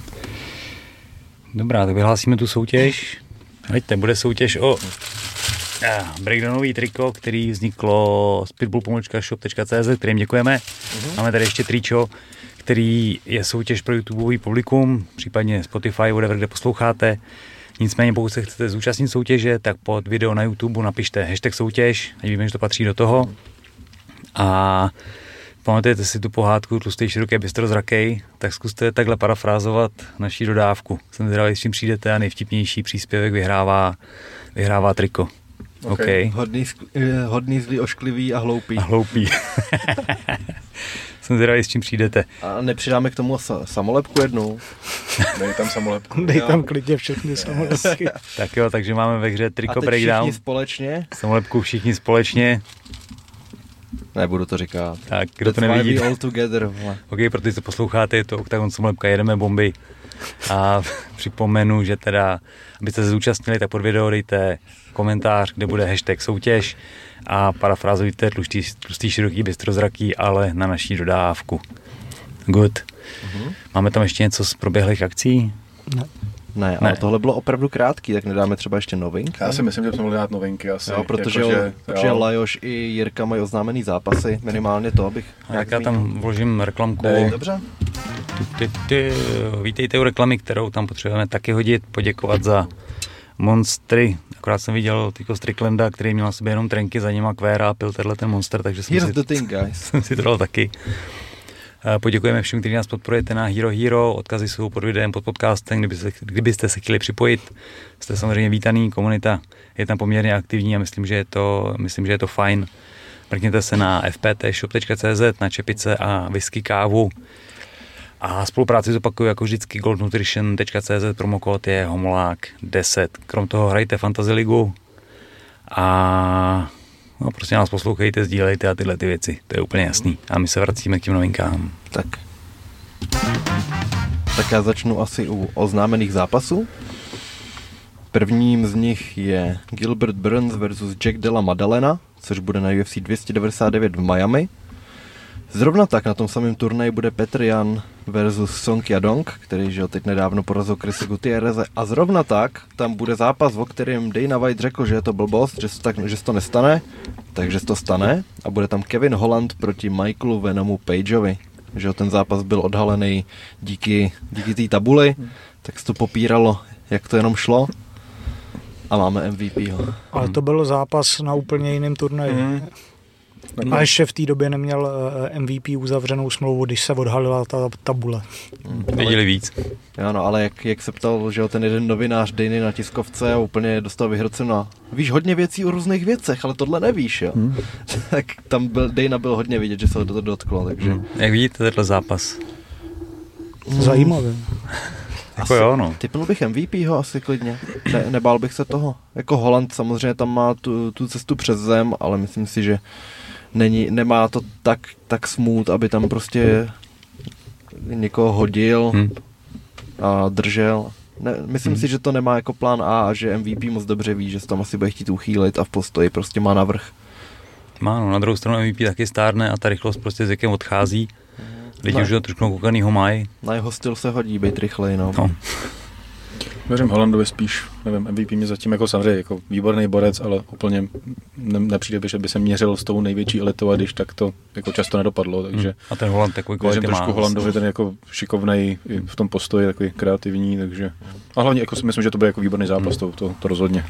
Dobrá, tak vyhlásíme tu soutěž. Hleďte, bude soutěž o ah, breakdownový triko, který vzniklo z pitbull pomlčka shop tečka cé zet, kterým děkujeme. Uh-huh. Máme tady ještě tričo, který je soutěž pro YouTubeový publikum, případně Spotify, whatever, kde posloucháte. Nicméně pokud se chcete zúčastnit soutěže, tak pod video na YouTube napište hashtag soutěž, ať víme, že to patří do toho. A pamatujete si tu pohádku tlustej široký bystro zrakej, tak zkuste takhle parafrázovat naší dodávku. Jsem zvědavý, s čím přijdete a nejvtipnější příspěvek vyhrává, vyhrává triko. Okay. Hodný, hodný, zlý, ošklivý a hloupý. A hloupý. Jsem zvědavý, s čím přijdete. A nepřidáme k tomu sa- samolepku jednou? Dej tam samolepku. Dej tam klidně všechny samolepky. Tak jo, takže máme ve hře Triko a teď Breakdown. všichni společně? Samolepku všichni společně. Nebudu to říkat. Tak, kdo to That's nevidí. why we all together. Ok, protože to posloucháte, je to Oktagon Samolepka, jedeme bomby. A připomenu, že teda, abyste se zúčastnili, tak pod video dejte komentář, kde bude hashtag soutěž a parafrázujte tlustý, tlustý široký, bystrozraký, ale na naší dodávku. Good. Uh-huh. Máme tam ještě něco z proběhlých akcí? Ne. Ne, ale ne. Tohle bylo opravdu krátký, tak nedáme třeba ještě novinky. Já si myslím, že bychom mohli dát novinky asi. Jo, protože, jako, že, protože jo. Lajoš i Jirka mají oznámený zápasy, minimálně to, abych... A jak já tam vložím reklamku. Dej. Dobře. Ty, ty, ty, vítejte u reklamy, kterou tam potřebujeme taky hodit, poděkovat za monstry. Akorát jsem viděl tyko Stricklanda, který měl na sobě jenom trenky, za něma kvéra a pil tenhle ten monster, takže jsem Here's si, the thing, guys. jsem si to dal taky. Poděkujeme všem, kteří nás podporujete na Hero Hero, odkazy jsou pod videem, pod podcastem, kdybyste, kdybyste se chtěli připojit. Jste samozřejmě vítaný, komunita je tam poměrně aktivní a myslím, že je to, myslím, že je to fajn. Mrkněte se na f p t shop tečka c z, na čepice a whisky kávu. A spolupráci zopakuju jako vždycky gold nutrition tečka c z, promokód je homolák deset. Krom toho hrajte Fantasy ligu a no, prostě nás poslouchejte, sdílejte a tyhle ty věci, to je úplně jasný. A my se vracíme k těm novinkám. Tak. Tak já začnu asi u oznámených zápasů. Prvním z nich je Gilbert Burns versus Jack Della Maddalena, což bude na U F C dvě stě devadesát devět v Miami. Zrovna tak na tom samém turnaji bude Petr Yan versus Song Yadong, který že teď nedávno porazil Chrisa Gutierreze. A zrovna tak tam bude zápas, o kterém Dana White řekl, že je to blbost, že se, tak, že se to nestane, takže se to stane. A bude tam Kevin Holland proti Michaelu Venomu Pageovi. Že ten zápas byl odhalený díky, díky té tabuli, tak se to popíralo, jak to jenom šlo. A máme M V P ho. Ale to byl zápas na úplně jiném turnaji. Mm. A ještě v té době neměl M V P uzavřenou smlouvu, když se odhalila ta tabule. Hmm, Věděli víc. Jo, no, ale jak, jak se ptal, že ten jeden novinář Dany na tiskovce a úplně dostal vyhroceno. Víš hodně věcí o různých věcech, ale tohle nevíš, jo. Hmm. Tak tam byl, Dana byl hodně vidět, že se ho to dotklo, takže... Hmm. Jak vidíte tenhle zápas? Hmm. Zajímavý. Jako jo, no. Typnul bych M V P ho asi klidně. Ne, nebál bych se toho. Jako Holland samozřejmě tam má tu, tu cestu přes zem, ale myslím si, že Není, nemá to tak, tak smooth, aby tam prostě někoho hodil hmm. a držel. Ne, myslím hmm. si, že to nemá jako plán A a že M V P moc dobře ví, že se tam asi bude chtít uchýlit a v postoji prostě má navrch. Má, no, na druhou stranu M V P taky stárne a ta rychlost prostě s věkem odchází. Lidi ne. už ho trošku koukanýho mají. Na jeho styl se hodí být rychlej, no. no. Věřím Hollandovi spíš, nevím, M V P mě zatím jako samozřejmě jako výborný borec, ale úplně ne, nepřijde by, že by se měřil s tou největší elitou a když tak to jako často nedopadlo, takže... Hmm. A ten Holland takový kvality má. Věřím trošku Hollandovi, ten jako šikovnej v tom postoji, takový kreativní, takže... A hlavně jako si myslím, že to bude jako výborný zápas, hmm. to, to, to rozhodně.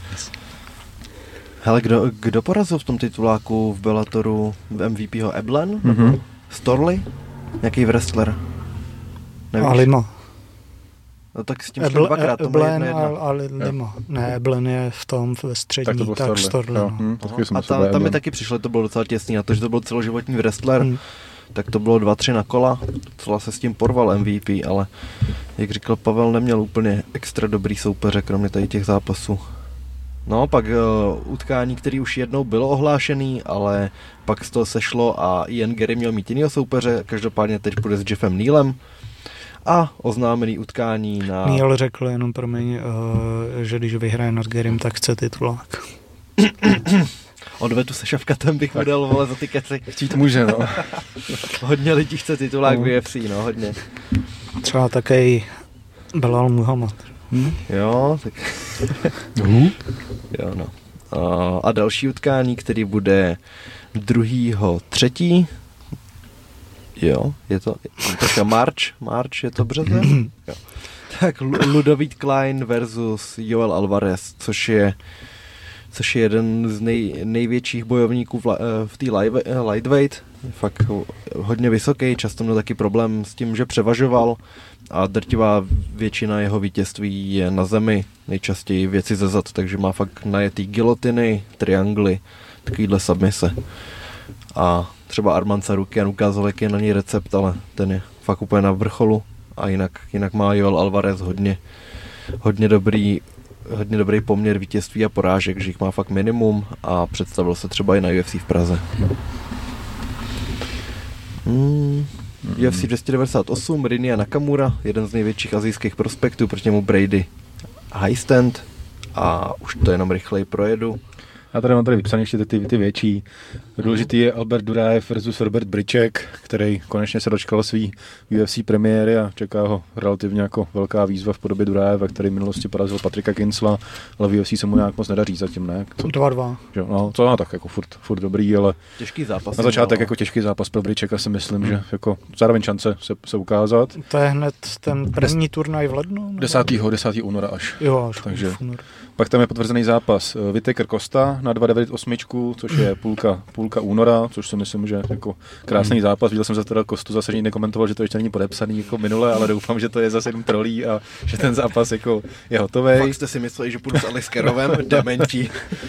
Hele, kdo, kdo porazil v tom tituláku v Bellatoru v M V P ho? Eblen? Mm-hmm. Storley? Jaký wrestler? Nevíš? Alima. No tak s tím šlo dvakrát, to bude jedna jedna. Ale Lima. Ne, Eblen je v tom ve střední, tak, tak Storley. No. Hmm, a ta, tam mi taky přišlo, to bylo docela těsný, na to, že to byl celoživotní wrestler, hmm. tak to bylo dva, tři na kola, celá se s tím porval M V P, ale jak říkal Pavel, neměl úplně extra dobrý soupeře, kromě tady těch zápasů. No, pak uh, utkání, který už jednou bylo ohlášený, ale pak z toho sešlo a Ian Gary měl mít jinýho soupeře, každopádně teď půjde s Jeffem Nealem. A oznámený utkání na... Neal řekl jenom, promiň, uh, že když vyhraje nad Garym, tak chce titulák. Odvetu se šavkatem bych mu dal, vole, za ty keci. Chtít může, no. Hodně lidí chce titulák v U F C, no, hodně. Třeba také Belal Muhammad. Hmm? Jo, tak... uh. Jo, no. A, a další utkání, který bude druhýho třetí. Jo, je to, teďka March, March je to březen? Jo. Tak Ludovic Klein versus Joel Alvarez, což je, což je jeden z nej, největších bojovníků v, v té lightweight Je fakt hodně vysoký, často měl taky problém s tím, že převažoval a drtivá většina jeho vítězství je na zemi, nejčastěji věci ze zad, takže má fakt najetý gilotiny, triangly, takovýhle submise. A třeba Arman Tsarukyan ukázal, jaký je na něj recept, ale ten je fakt úplně na vrcholu a jinak, jinak má Joel Alvarez hodně, hodně dobrý hodně dobrý poměr vítězství a porážek, že jich má fakt minimum a představil se třeba i na U F C v Praze. Hmm. U F C dvě stě devadesát osm, Rinya Nakamura, jeden z největších asijských prospektů, proti němu Brady Highstand a už to jenom rychleji projedu. Já tady mám tady vypsané ještě ty, ty větší. Důležitý je Albert Duraev versus Robert Bryček, který konečně se dočkal svý U F C premiéry a čeká ho relativně jako velká výzva v podobě Duraeva, který v minulosti porazil Patricka Kinsla, ale v U F C se mu nějak moc nedaří zatím, ne? dva dva. No, to no, tak jako furt, furt dobrý, ale těžký zápas. Na začátek no. jako těžký zápas pro Bryčeka si myslím, hmm. že jako zároveň šance se, se ukázat. To je hned ten první turnaj v lednu? desátého desátého února až. Jo, až takže pak tam je potvrzený zápas Whittaker Costa na dva devět osm, což je půlka, půlka února, což si myslím, že jako krásný zápas. Viděl jsem za teda Kostu, zase nikdy nekomentoval, že to ještě není podepsaný jako minule, ale doufám, že to je zase jenom trolí a že ten zápas jako je hotový. Fakt jste si mysleli, že půjdu s Aliskerovem, dementi.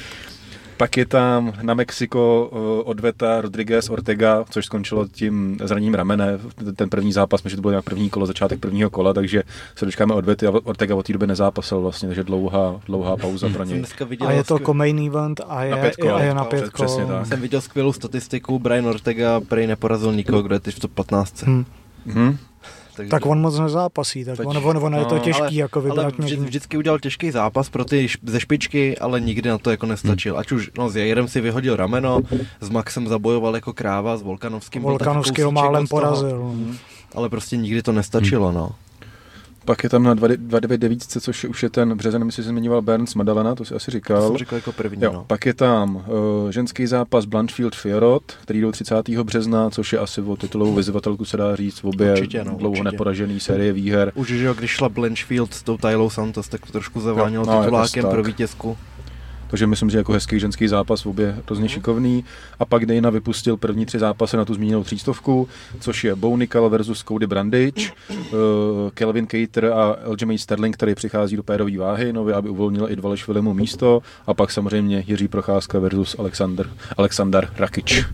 Pak je tam na Mexiko uh, odveta Rodriguez Ortega, což skončilo tím zraněním ramene. Ten první zápas, myslím, že to bylo nějak první kolo, začátek prvního kola, takže se dočkáme odvety a Ortega od té doby nezápasil vlastně, takže dlouhá, dlouhá pauza pro něj. A je to co-main event a je na pětko. A je na pětko. Přesně tak. Jsem viděl skvělou statistiku, Brian Ortega prej neporazil nikoho, kdo je teď v top patnáct. Hmm. Hmm. Takže... Tak on moc nezápasí, tak on, on, on no, je to těžký ale, jako vybrat. Ale vždy, vždycky udělal těžký zápas pro ty ze špičky, ale nikdy na to jako nestačil. Hmm. Ať už no, s Jairem si vyhodil rameno, s Maxem zabojoval jako kráva, s Volkanovským. Volkanovský ho málem porazil. Hmm. Ale prostě nikdy to nestačilo, hmm. no. Pak je tam na dva devět devět, což už je ten březen, myslím, že se zmiňoval Burns Madalena, to si asi říkal. To jsem říkal jako první, jo, no. Pak je tam uh, ženský zápas Blanchfield Fiorot, který jdou třicátého března, což je asi o titulovou vyzývatelku, se dá říct, v obě určitě, no, dlouho určitě. Neporažený série výher. Už, že jo, když šla Blanchfield s tou Tylou Santos, tak to trošku zavánilo no, titulákem pro vítězku. Takže myslím, že jako hezký ženský zápas v obě hrozně šikovný. A pak Dana vypustil první tři zápasy na tu zmíněnou třístovku, což je Bo Nickal versus Cody Brandage, uh, Kelvin Kattar a Aljamain Sterling, který přichází do pérové váhy, nově, aby uvolnil i Dvalishvilimu místo. A pak samozřejmě Jiří Procházka versus Alexander, Alexander Rakic.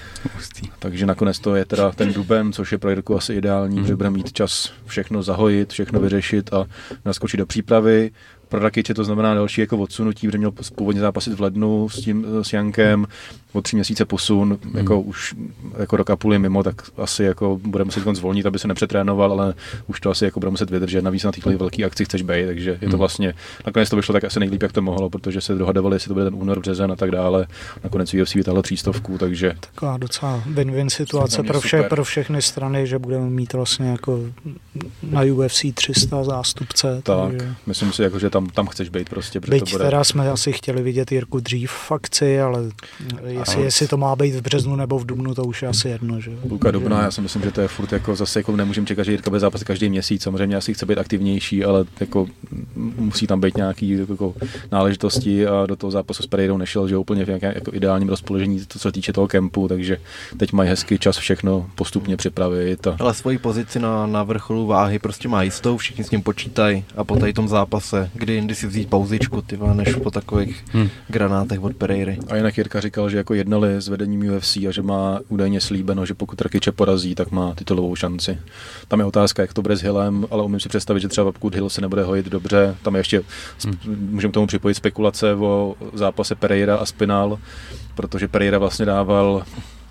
Takže nakonec to je teda ten duben, což je pro Jirku asi ideální, mm. že bude mít čas všechno zahojit, všechno vyřešit a naskočit do přípravy. Pro Rakiče to znamená další jako odsunutí, protože měl původně zápasit v lednu s tím s Jankem, o tři měsíce posun, hmm. jako už jako rok a půl je mimo, tak asi jako bude muset konc zvolnit, aby se nepřetrénoval, ale už to asi jako bude muset vydržet, navíc na téhle velké akci chceš být, takže je to vlastně, nakonec to vyšlo tak asi nejlíp, jak to mohlo, protože se dohadovali, jestli to bude ten únor, březen a tak dále, nakonec U F C vytáhlo třístovku, takže... Taková docela win-win situace pro, vše, pro všechny strany, že budeme mít vlastně jako na U F C tři sta zástupce. Tak, takže... myslím si, jako, že tam, tam chceš být prostě. Byť to bude... teda jsme asi chtěli vidět Jirku dřív v akci, ale jestli, jestli to má být v březnu nebo v dubnu, to už je asi jedno. Že? Půlka dubna, já si myslím, že to je furt jako zase jako nemůžeme čekat, že Jirka bude zápasit každý měsíc, samozřejmě asi chce být aktivnější, ale jako musí tam být nějaký jako náležitosti a do toho zápasu s Pereirou nešel, že úplně v nějakém jako ideálním rozpoložení, to, co se týče toho kempu, takže teď mají hezký čas všechno postupně připravit. A... Ale svoji pozici na, na vrcholu váhy prostě má jistou, všichni s ním počítají a po tady tom zápase, kdy jindy si vzít pauzičku, tyva, než po takových hmm. granátech od Pereiry. A jinak Jirka říkal, že jako jednali s vedením U F C a že má údajně slíbeno, že pokud Rakiče porazí, tak má titulovou šanci. Tam je otázka, jak to bude s Hillem, ale umím si představit, že třeba pokud Hill se nebude hojit dobře, tam je ještě, hmm. můžeme k tomu připojit spekulace o zápase Pereira a Spinal, protože Pereira vlastně dával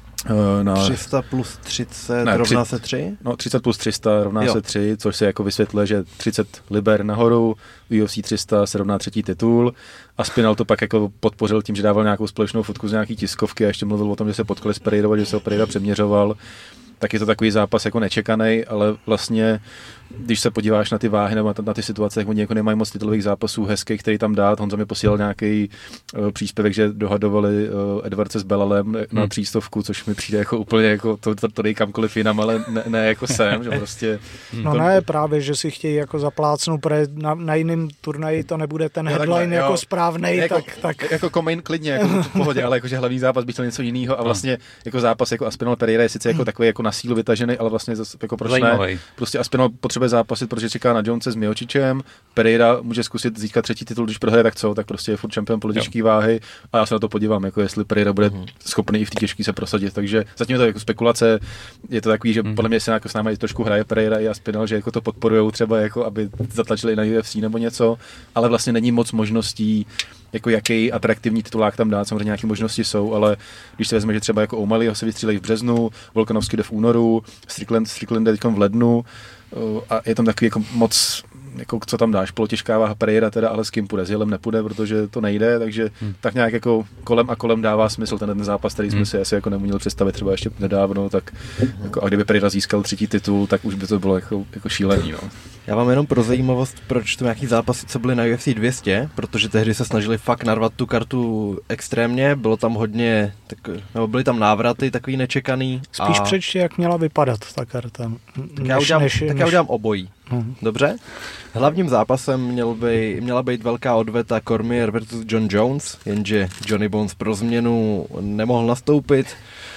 na tři sta plus třicet ne, rovná tři, se tři? No třicet plus tři sta rovná jo. se tři, což se jako vysvětluje, že třicet liber nahoru, U F C tři sta se rovná třetí titul a Spinal to pak jako podpořil tím, že dával nějakou společnou fotku z nějaký tiskovky a ještě mluvil o tom, že se potkali s Pereirou, že se ho Pereira přeměřoval. tak je to takový zápas jako nečekaný, ale vlastně když se podíváš na ty váhy nebo na ty situace, tak oni jako nemají moc titulových zápasů hezkých, který tam dát. Honza mi posílal nějaký uh, příspěvek, že dohadovali uh, Edwardse s Belalem na hmm. třístovku, což mi přijde jako úplně jako to, to, to dej kamkoliv jinam, ale ne, ne jako sem, že prostě... No to... ne, právě, že si chtějí jako zaplácnout, protože na, na jiném turnaji to nebude ten headline jo, jako správnej, jako, tak, tak... Jako komain klidně, jako v pohodě, ale jakože hlavní zápas by chtěl něco jiného a vlastně jako zápas jako Aspinall Pereira je sice jako takový jako na sílu vytažený, ale vlastně zase jako proč ne? Prostě Aspinall potřebuje zápasit, protože čeká na Jonese s Miocičem, Pereira může zkusit získat třetí titul, když prohraje, tak co, tak prostě je furt čempion politické váhy a já se na to podívám, jako jestli Pereira bude mm. schopný i v té těžké se prosadit, takže zatím je to jako spekulace, je to takový, že mm. podle mě se jako s námi trošku hraje Pereira i Aspinall, že jako to podporujou třeba jako aby zatlačili na U F C nebo něco, ale vlastně není moc možností jako jaký atraktivní titulák tam dát, samozřejmě nějaké možnosti jsou, ale když se vezme, že třeba jako O'Malleyho se vystřílejí v březnu, Volkanovský jde v únoru, Strickland, Strickland jde v lednu a je tam takový jako moc, jako co tam dáš, polotěžká váha Pereira teda, ale s kým půjde, s Hillem nepůjde, protože to nejde, takže hmm. tak nějak jako kolem a kolem dává smysl ten, ten zápas, který jsme hmm. si asi jako neměli představit třeba ještě nedávno, tak hmm. jako, a kdyby Pereira získal třetí titul, tak už by to bylo jako, jako šílený, no. Já mám jenom pro zajímavost, proč to nějaký zápasy, co byly na U F C dvě stě, protože tehdy se snažili fakt narvat tu kartu extrémně, bylo tam hodně, tak, nebo byly tam návraty takový nečekaný. Spíš a... přečti, jak měla vypadat ta karta. Tak, než, já, udělám, než, tak než... já udělám obojí. Hmm. Dobře? Hlavním zápasem měl by, měla být velká odveta Cormier versus John Jones, jenže Johnny Bones pro změnu nemohl nastoupit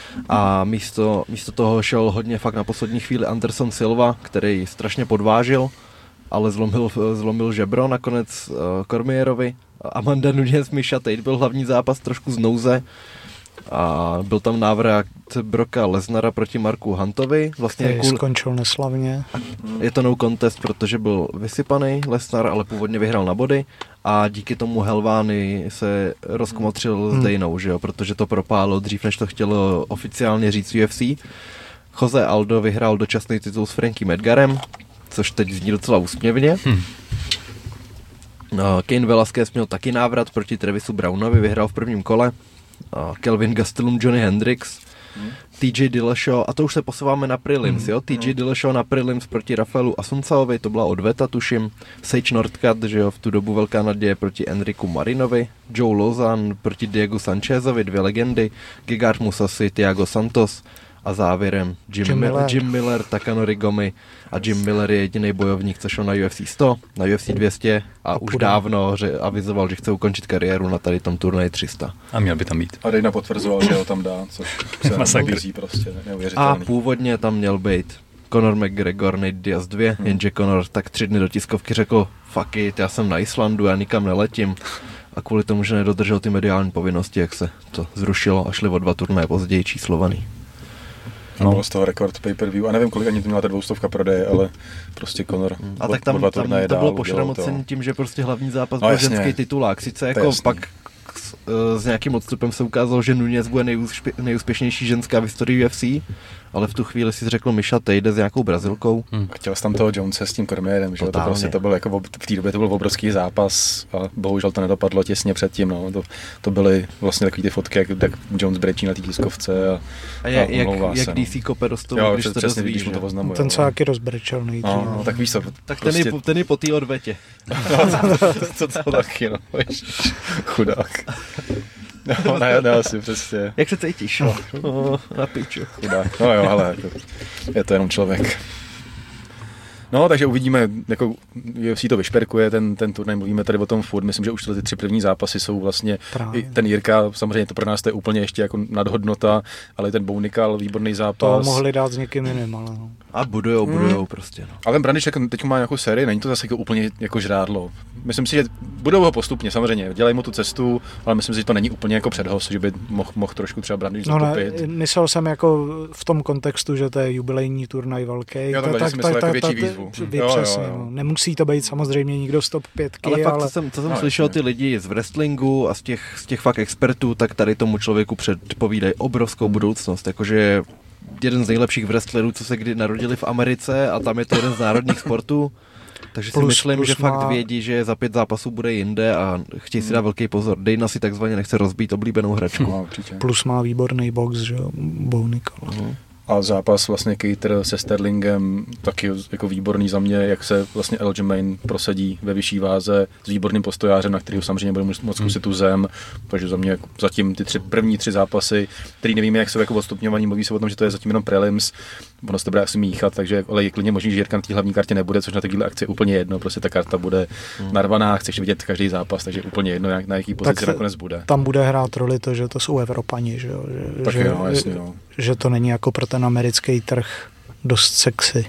a místo, místo toho šel hodně fakt na poslední chvíli Anderson Silva, který strašně podvážil, ale zlomil, zlomil žebro nakonec uh, Cormierovi. Amanda Nunes Misha Tate byl hlavní zápas trošku z nouze a byl tam návrat Brocka Lesnara proti Marku Huntovi. Vlastně který kul... skončil neslavně. Je to no contest, protože byl vysypaný Lesnar, ale původně vyhrál na body a díky tomu Helvány se rozkmotřil hmm. s Dejnou, že jo? Protože to propálo dřív, než to chtělo oficiálně říct U F C. Jose Aldo vyhrál dočasný titul s Frankiem Edgarem, což teď zní docela úsměvně. Hmm. No, Cain Velasquez měl taky návrat proti Travisu Brownovi, vyhrál v prvním kole. Uh, Kelvin Gastelum, Johnny Hendricks, hmm. T J Dillashaw, a to už se posouváme na prelims, hmm. jo? T J Dillashaw na prelims proti Rafaelu Asuncaovi, to byla odveta, tuším. Sage Northcutt, že jo, v tu dobu velká naděje proti Enriku Marinovi. Joe Lozan proti Diego Sanchezovi, dvě legendy. Gegard Mousasi, Thiago Santos. A závěrem Jim, Jim, Miller. Jim Miller, Takanori Gomi a Jim Miller je jediný bojovník, co šel na U F C sto, na U F C dvě stě a, a už půjde. Dávno že avizoval, že chce ukončit kariéru na tady tom turnaji tři sta. A měl by tam být. A Dana potvrzoval, že ho tam dá, což se nabízí prostě neuvěřitelný. A původně tam měl být Conor McGregor, Nate Diaz dva, hmm. jenže Conor tak tři dny do tiskovky řekl fuck it, já jsem na Islandu, já nikam neletím. A kvůli tomu, že nedodržel ty mediální povinnosti, jak se to zrušilo a šli o dva turnaje později číslovaný. No. Bylo z toho rekord pay-per-view a nevím, kolik ani to měla ta dvoustovka prodeje, ale prostě Conor a tak tam, tam to dál, bylo pošramocený tím, že prostě hlavní zápas no, byl ženský titulák. Sice jako jasný. Pak s, s nějakým odstupem se ukázalo, že Nunes bude nejúspě, nejúspěšnější ženská v historii U F C, ale v tu chvíli si řekl Misha Tate s nějakou Brazilkou. Hmm. Chtěl jsem tam toho Jonese s tím Cormierem, že to prostě to byl jako v té době to byl obrovský zápas a bohužel to nedopadlo těsně předtím, no. To, to byly vlastně takové ty fotky, jak, jak Jones brečí na té tiskovce a, a, je, a jak, jak no. D C kope rostou, když to přesně vidíš, mu to oznamuje. Ten se taky rozbrečel nejdřív. No, no, tak víš co, tak prostě... ten, je, ten je po té odvetě. No, to, to, to, to, to taky, no, chudák. No, ne, ne, asi přesně. Jak se cítíš? No, oh, na piču. Chudák. No jo, ale to, je to jenom člověk. No, takže uvidíme, jako U F C to vyšperkuje, ten, ten turnaj, mluvíme tady o tom furt, myslím, že už ty tři první zápasy jsou vlastně, i ten Jirka, samozřejmě to pro nás to je úplně ještě jako nadhodnota, ale ten Bounikal, výborný zápas. To mohli dát s někým jiným, ale no. A budujou, budujou hmm. prostě, no. Ale ten Brandiček teď má nějakou sérii, není to zase jako úplně jako žrádlo. Myslím si, že budou ho postupně, samozřejmě, dělají mu tu cestu, ale myslím si, že to není úplně jako předhost, že by mohl mohl trošku třeba Brandič no zatopit. Ne, myslel jsem jako v tom kontextu, že to je jubilejní turnaj velký. Jo, takhle, tak, tak, tak, jako větší výzvu. Jo, přesně, jo, jo. No. Nemusí to být samozřejmě nikdo z top pětky, ale fakt, ale... co jsem, co jsem no, slyšel ty lidi z wrestlingu a z těch, z těch fakt expertů, tak tady tomu člověku předpovídají obrovskou budoucnost, jakože jeden z nejlepších wrestlerů, co se kdy narodili v Americe a tam je to jeden z národních sportů. Takže plus, si myslím, plus že má... fakt vědí, že za pět zápasů bude jinde a chtějí si dát velký pozor. Dana si takzvaně nechce rozbít oblíbenou hračku. No, plus má výborný box, že jo, Bounikal. Uh-huh. A zápas vlastně Cater se Sterlingem taky jako výborný za mě, jak se vlastně Aljamain prosadí ve vyšší váze s výborným postojářem, na kterého samozřejmě bude moc zkusit tu zem, takže za mě jako zatím ty tři, první tři zápasy, který nevíme, jak jsou jako odstupňovaní, mluví se o tom, že to je zatím jenom prelims, ono se to bude asi míchat, takže ale je klidně možný, že Jirka na té hlavní kartě nebude, což na takovéhle akci je úplně jedno, prostě ta karta bude hmm. narvaná, chceš vidět každý zápas, takže úplně jedno, na jaký pozici nakonec bude. Tam bude hrát roli to, že to jsou Evropani, že jo, že, že, jo, jasně, no. že to není jako pro ten americký trh dost sexy.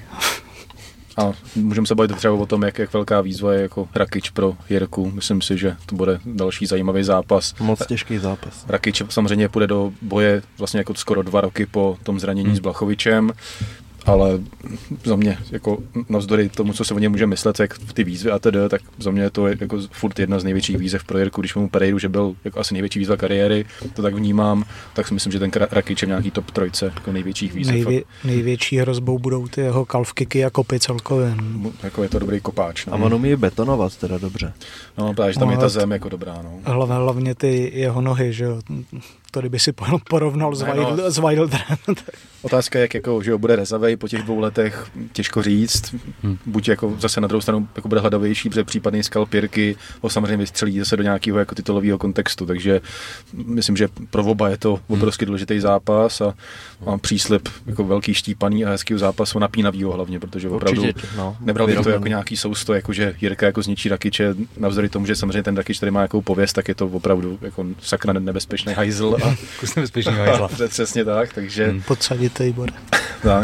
A můžeme se bavit třeba o tom, jak, jak velká výzva je jako Rakic pro Jirku. Myslím si, že to bude další zajímavý zápas. Moc těžký zápas. Rakic samozřejmě půjde do boje vlastně jako skoro dva roky po tom zranění hmm. s Blachovičem, ale za mě, jako navzdory tomu, co se o něm může myslet, jak ty výzvy a tedy, tak za mě to je jako furt jedna z největších výzev pro Jirku. Když mu Pereiru, že byl jako asi největší výzva kariéry, to tak vnímám, tak si myslím, že ten Rakic je nějaký top trojce jako největších výzev. Nejvě, největší hrozbou budou ty jeho calf-kicky a kopy celkově. Jako je to dobrý kopáč. No. A on umí betonovat teda dobře. No, právě, že tam no, je ta zem jako dobrá. No. Hlavně, hlavně ty jeho nohy, že jo. To kdyby si porovnal s Wildrem. Otázka je, jak jako, že jo, bude rezavej po těch dvou letech, těžko říct. Hmm. Buď jako zase na druhou stranu jako bude hladavější, protože případný skalp Jirky ho samozřejmě vystřelí zase do nějakého jako titulového kontextu, takže myslím, že pro oba je to obrovský důležitý zápas a, a příslib jako velký štípaný a hezký zápas napínavýho hlavně, protože opravdu určitě, no, nebral bych to jako nějaký sousto, jako že Jirka jako zničí Rakiče, navzdory tomu, že samozřejmě ten Rakič tady má jakou pověst, tak je to opravdu jako sakra nebezpečný hajzl. A kus nebezpečného hajzla. Přesně tak, takže hmm. podsaditej bude. Tak.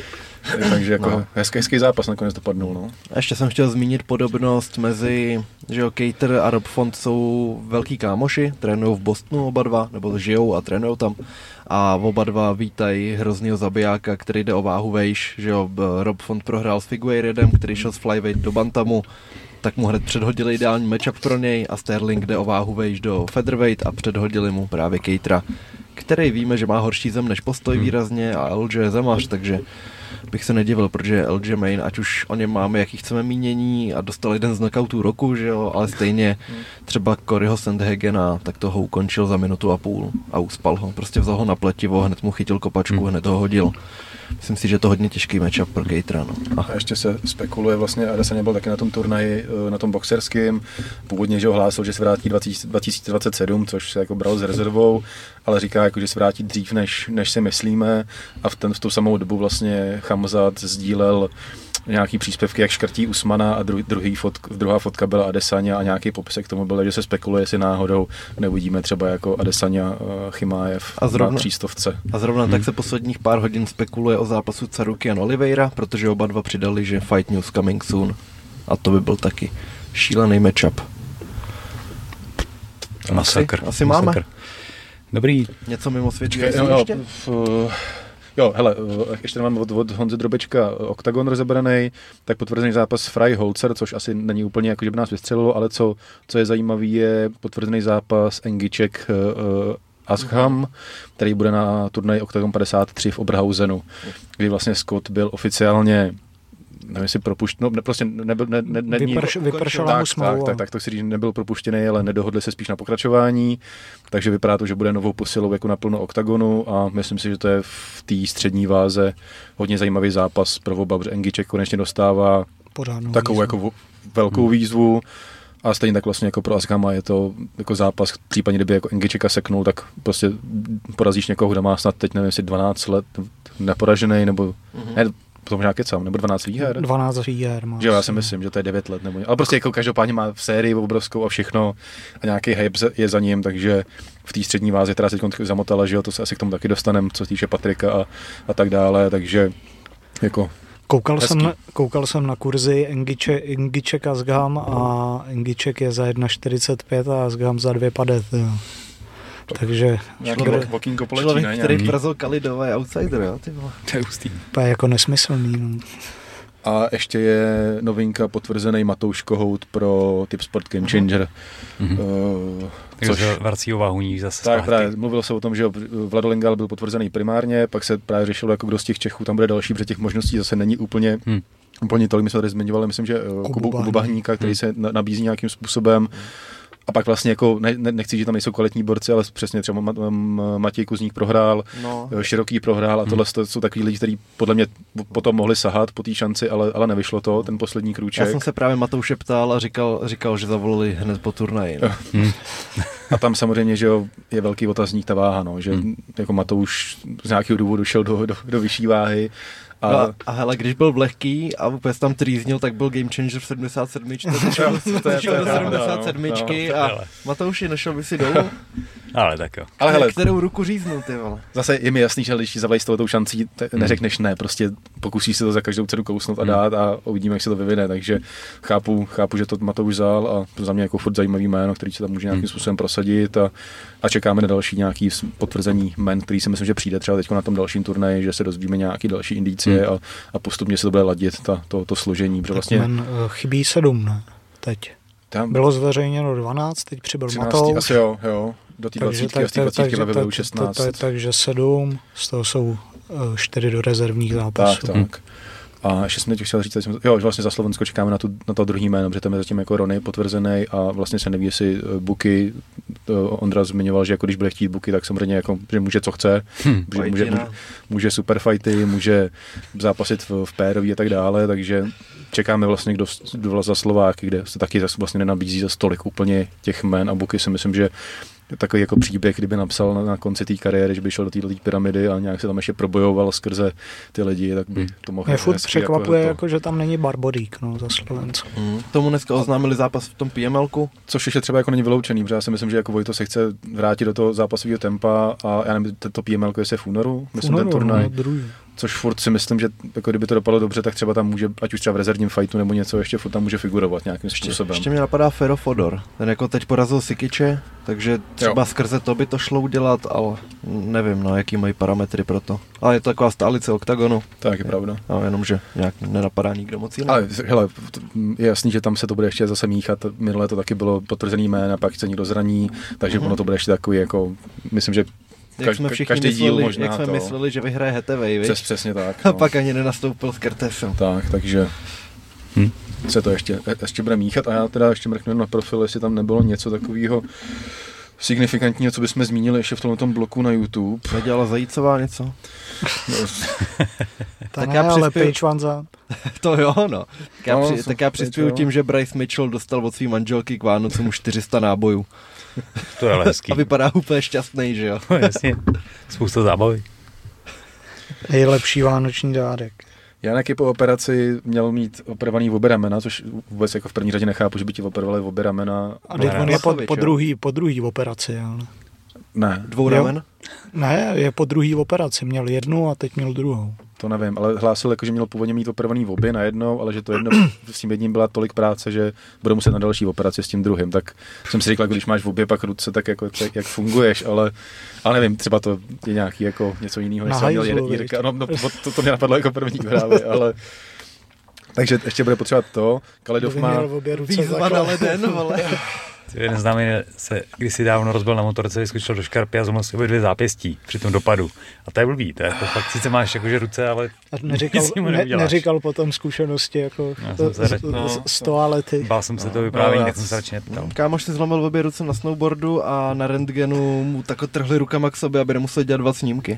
Takže jako no. hezký, hezký zápas nakonec dopadnul. No. A ještě jsem chtěl zmínit podobnost mezi, že jo, Cater a Rob Font jsou velký kámoši, trénují v Bostonu oba dva, nebo žijou a trénují tam. A oba dva vítají hroznýho zabijáka, který jde o váhu vejš, že jo, Rob Font prohrál s Figueiredem, který šel z flyweight do bantamu, tak mu hned předhodili ideální matchup pro něj a Sterling jde o váhu vejš do featherweight a předhodili mu právě Catera, který víme, že má horší zem než postoj hmm. výrazně a L J je zemař, takže bych se nedivil, protože Aljamain, ať už o něm máme, jaký chceme mínění a dostal jeden z knockoutů roku, že jo, ale stejně třeba Coryho Sandhagena, tak toho ukončil za minutu a půl a uspal ho. Prostě vzal ho na pletivo, hned mu chytil kopačku, hmm. hned ho hodil. Myslím si, že to hodně těžký matchup pro Catera. No. A ještě se spekuluje, vlastně Adesanya byl taky na tom turnaji, na tom boxerském. Původně, že ohlásil, že se vrátí dva tisíce dvacet sedm, což se jako bral s rezervou, ale říká, jako, že se vrátí dřív, než, než si myslíme. A v, ten, v tu samou dobu vlastně Khamzat sdílel nějaký příspěvky, jak škrtí Usmana a dru, druhý fotk, druhá fotka byla Adesanya a nějaký popisek k tomu byl, že se spekuluje, jestli náhodou neuvidíme třeba jako Adesanya uh, Chimaev na třístovce. A zrovna hmm. tak se posledních pár hodin spekuluje o zápasu Tsarukyan Oliveira, protože oba dva přidali, že fight news coming soon. A to by byl taky šílený matchup. Masakr. Asi, asi máme. Dobrý. Něco mimo světčí ještě? Jo, hele, ještě máme od, od Honzy Drobečka Oktagon rozebraný, tak potvrzený zápas Fry Holzer, což asi není úplně jako, že by nás vystřelilo, ale co, co je zajímavý, je potvrzený zápas Engiček uh, Asham, který bude na turnaji Oktagon padesát tři v Oberhausenu, kdy vlastně Scott byl oficiálně nevím, jestli propuštěný, no, prostě nebyl, ne, ne, ne, Vyprš, vypršela mu smlouva. Tak, tak, tak, to si říct, nebyl propuštěný, ale nedohodli se spíš na pokračování, takže vypadá to, že bude novou posilou jako naplno Oktagonu a myslím si, že to je v té střední váze hodně zajímavý zápas pro oba, protože Engiček konečně dostává Pořádnou takovou výzvu. jako velkou hmm. výzvu a stejně tak vlastně jako pro Ashama je to jako zápas, případně kdyby jako Engičeka seknul, tak prostě porazíš někoho, kdo má snad teď nevím, jestli dvanáct let neporažený, nebo hmm. ne, to možná kecám, nebo dvanáct výher? dvanáct výher má. Že jo, já si myslím, že to je devět let nebo. Ale prostě jako každopádně má v sérii obrovskou a všechno a nějaký hype je za ním, takže v té střední váze, která se teď zamotala, že jo, to se asi k tomu taky dostaneme, co se týče Patrika a, a tak dále, takže jako Koukal jsem, na, koukal jsem na kurzy Engiček, Engiček a Asham a Engiček je za jedna čtyřicet pět a Asham za dvě padesát. Takže člověk, člověk který vrazil Kalidova je outsider, jo? Ty vole. To je hustý. To je jako nesmyslný. No. A ještě je novinka potvrzený Matouš Kohout pro Tip Sport Game Changer. Mm-hmm. Uh, což vrací o váhu níž zase tak, právě, mluvilo se o tom, že Vlado Lengal byl potvrzený primárně, pak se právě řešilo, jako kdo z těch Čechů tam bude další, protože těch možností zase není úplně hmm. úplně tolik. My jsme tady zmiňovali, myslím, že Kubu, Kubu Bahníka, který hmm. se nabízí nějakým způsobem. A pak vlastně jako, ne, ne, nechci, že tam nejsou kvalitní borci, ale přesně třeba Matěj Kuzník prohrál, no. Široký prohrál a tohle hmm. jsou takový lidi, kteří podle mě potom mohli sahat po té šanci, ale, ale nevyšlo to, ten poslední krůček. Já jsem se právě Matouše ptal a říkal, říkal že zavolali hned po turnaji. No. Hmm. A tam samozřejmě, že jo, je velký otazník ta váha, no, že hmm. jako Matouš z nějakého důvodu šel do, do, do vyšší váhy. A, no, a hele, když byl v lehký a vůbec tam trýznil, tak byl game changer v sedmdesát sedm. Došel do sedmdesát sedm a Matouši, nešel by si dolů? Ale tak jo. Ale hele, kterou ruku říznul, ty vole. Zase je mi jasný, že když zavlají s tou šancí, neřekneš ne, prostě pokusíš se to za každou cenu kousnout a dát a uvidíme, jak se to vyvine, takže chápu, chápu, že to Matouš vzal a to za mě jako furt zajímavý jméno, který se tam může nějakým způsobem prosadit a, a čekáme na další nějaký potvrzení jmen, který si myslím, že přijde třeba teď na tom dalším turnaji, že se dozvíme nějaký další indicie a, a postupně se to bude ladit, ta, to, to složení. Protože vlastně men, chybí sedm, ne? Teď. Tam bylo zveřejněno dvanáct, teď přibyl Matouš. Asi jo, jo. Do té dvacítky a z té dvacítky ve šestnáct. Takže sedm, z toho jsou čtyři do rezervních zápasů. Tak, tak. A ještě jsem teď chtěl říct, jo, že vlastně za Slovensko čekáme na, tu, na to druhý jméno, protože tam je zatím jako Rony potvrzený a vlastně se neví, jestli Buky, Ondra zmiňoval, že jako když bude chtít Buky, tak samozřejmě jako, že může co chce, hmm. může, může, může, může superfighty, může zápasit v, v pérový a tak dále, takže čekáme vlastně, kdo, kdo za Slováky, kde se taky vlastně nenabízí za stolik úplně těch jmén a Buky si myslím, že takový jako příběh, kdyby napsal na, na konci té kariéry, že by šel do této pyramidy a nějak se tam ještě probojoval skrze ty lidi, tak by to mohlo. Mě furt překvapuje, jako, jako, že tam není Barborík, no, za Slovensko. Mm. Tomu dneska oznámili zápas v tom P M L ku. Což ještě třeba jako není vyloučený, protože já si myslím, že jako Vojto se chce vrátit do toho zápasového tempa a já nevím, to P M L ku je v únoru, myslím ten turnaj. No, což furt si myslím, že jako kdyby to dopadlo dobře, tak třeba tam může, ať už třeba v rezervním fightu nebo něco ještě, furt tam může figurovat nějakým způsobem. Ještě mě napadá Fero Fodor, ten jako teď porazil Sikiče, takže třeba jo. Skrze to by to šlo udělat, ale nevím, no, jaký mají parametry pro to. Ale je to taková stálice oktagonu. Tak je pravda. A jenom, že nějak nenapadá nikdo moc jiný. Ale hele, je jasný, že tam se to bude ještě zase míchat, minule to taky bylo potvrzený jména, pak se někdo zraní, takže mm-hmm. ono to bude ještě takový jako, myslím, že Jak jsme všichni každý mysleli, díl možná jak jsme to... mysleli, že vyhraje Hetevej, Přes, přesně tak. No. No. A pak ani nenastoupil s Kertesem. Tak, takže hm. se to ještě, ještě bude míchat a já teda ještě mrknu na profil, jestli tam nebylo něco takového signifikantního, co bychom zmínili ještě v tomto bloku na YouTube. Nedělala Zajícová něco? No. tak ne, já ale Pejčvanza. To jo, no. Tak já, no, při, tak já přispěju tím, že Bryce Mitchell dostal od svý manželky k Vánocům čtyři sta nábojů. To je ale hezký. A vypadá úplně šťastný, že jo? No, jasně, spousta zábavy. Nejlepší vánoční dárek. Janek je po operaci měl mít operovaný v obě ramena, což vůbec jako v první řadě nechápu, že by ti operovali v obě ramena. A teď on je po, po, druhý, po druhý operaci, ale... Ne. Dvou ramen? Ne, je po druhý operaci, měl jednu a teď měl druhou. To nevím, ale hlásil, jako, že měl původně mít operovaný v obě na jednou, ale že to jedno s tím jedním byla tolik práce, že bude muset na další operaci s tím druhým. Tak jsem si říkal, když máš v obě pak ruce, tak jako tak, jak funguješ, ale, ale nevím, třeba to je nějaký jako něco jiného, než jsem měl Jirka. No, no, to, to mě napadlo jako první právě, ale... Takže ještě bude potřebovat to. Kalidov má... Výzva na leden, ale... Jeden známý se kdysi dávno rozbil na motorce, vyskočil do škarpy a zlomil si obě dvě zápěstí při tom dopadu. A to je blbý, to je jako fakt sice máš jakože ruce, ale a neříkal, ne, neříkal potom zkušenosti jako to, z, no, z toalety. Bál jsem se to vyprávění, no, tak jsem se radši neptal. Kámoš si zlomil obě ruce na snowboardu a na rentgenu mu tako trhli rukama k sobě, aby nemusel dělat dva snímky.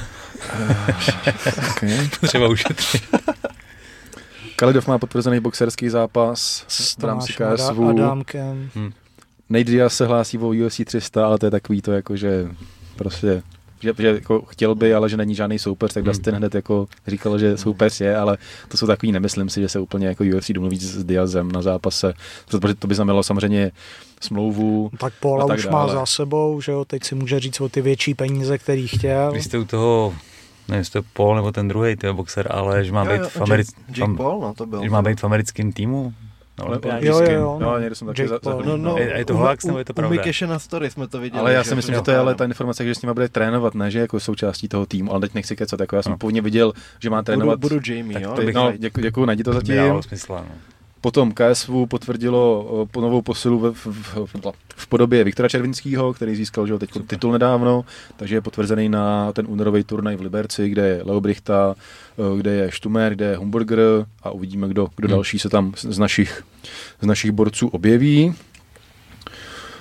Okay. Třeba ušetřit. Kalidov má potvrzený boxerský zápas v rámci K S V. Adámkem. Hmm. Nate Diaz se hlásí o U F C tři sta, ale to je takový to jako, že prostě, že, že jako chtěl by, ale že není žádný soupeř, tak Dustin hned jako říkal, že soupeř je, ale to jsou takový, nemyslím si, že se úplně jako U F C domluví s Diazem na zápase, protože to by znamenalo samozřejmě smlouvu. Tak Paula už dále. Má za sebou, že jo, teď si může říct o ty větší peníze, který chtěl. Vy jste u toho, nevím, jestli to Paul nebo ten druhý, ten boxer, ale že má být v, Americ... Jake Paul, no, to byl, že má být v americkém týmu. No, jo, jo, jo. No, někde jsem taky za, za no, no, je, je to hoax, nebo je to pravda? U Mikeše na story jsme to viděli. Ale já si myslím, že to je ale ta informace, že s nima bude trénovat, ne, že jako součástí toho týmu, ale teď nechci kecat, jako já jsem no. původně viděl, že má trénovat. Budu, budu Jamie, jo. Bych, no, děkuji, děkuji, Nadě to zatím. Smysl, no. Potom K S V potvrdilo po novou posilu v, v, v, v podobě Viktora Červinského, který získal že, teď titul nedávno, takže je potvrzený na ten únorový turnaj v Liberci, kde je Leo Brichta, kde je Štumer, kde je Humburger a uvidíme, kdo, kdo hmm. další se tam z našich, z našich borců objeví.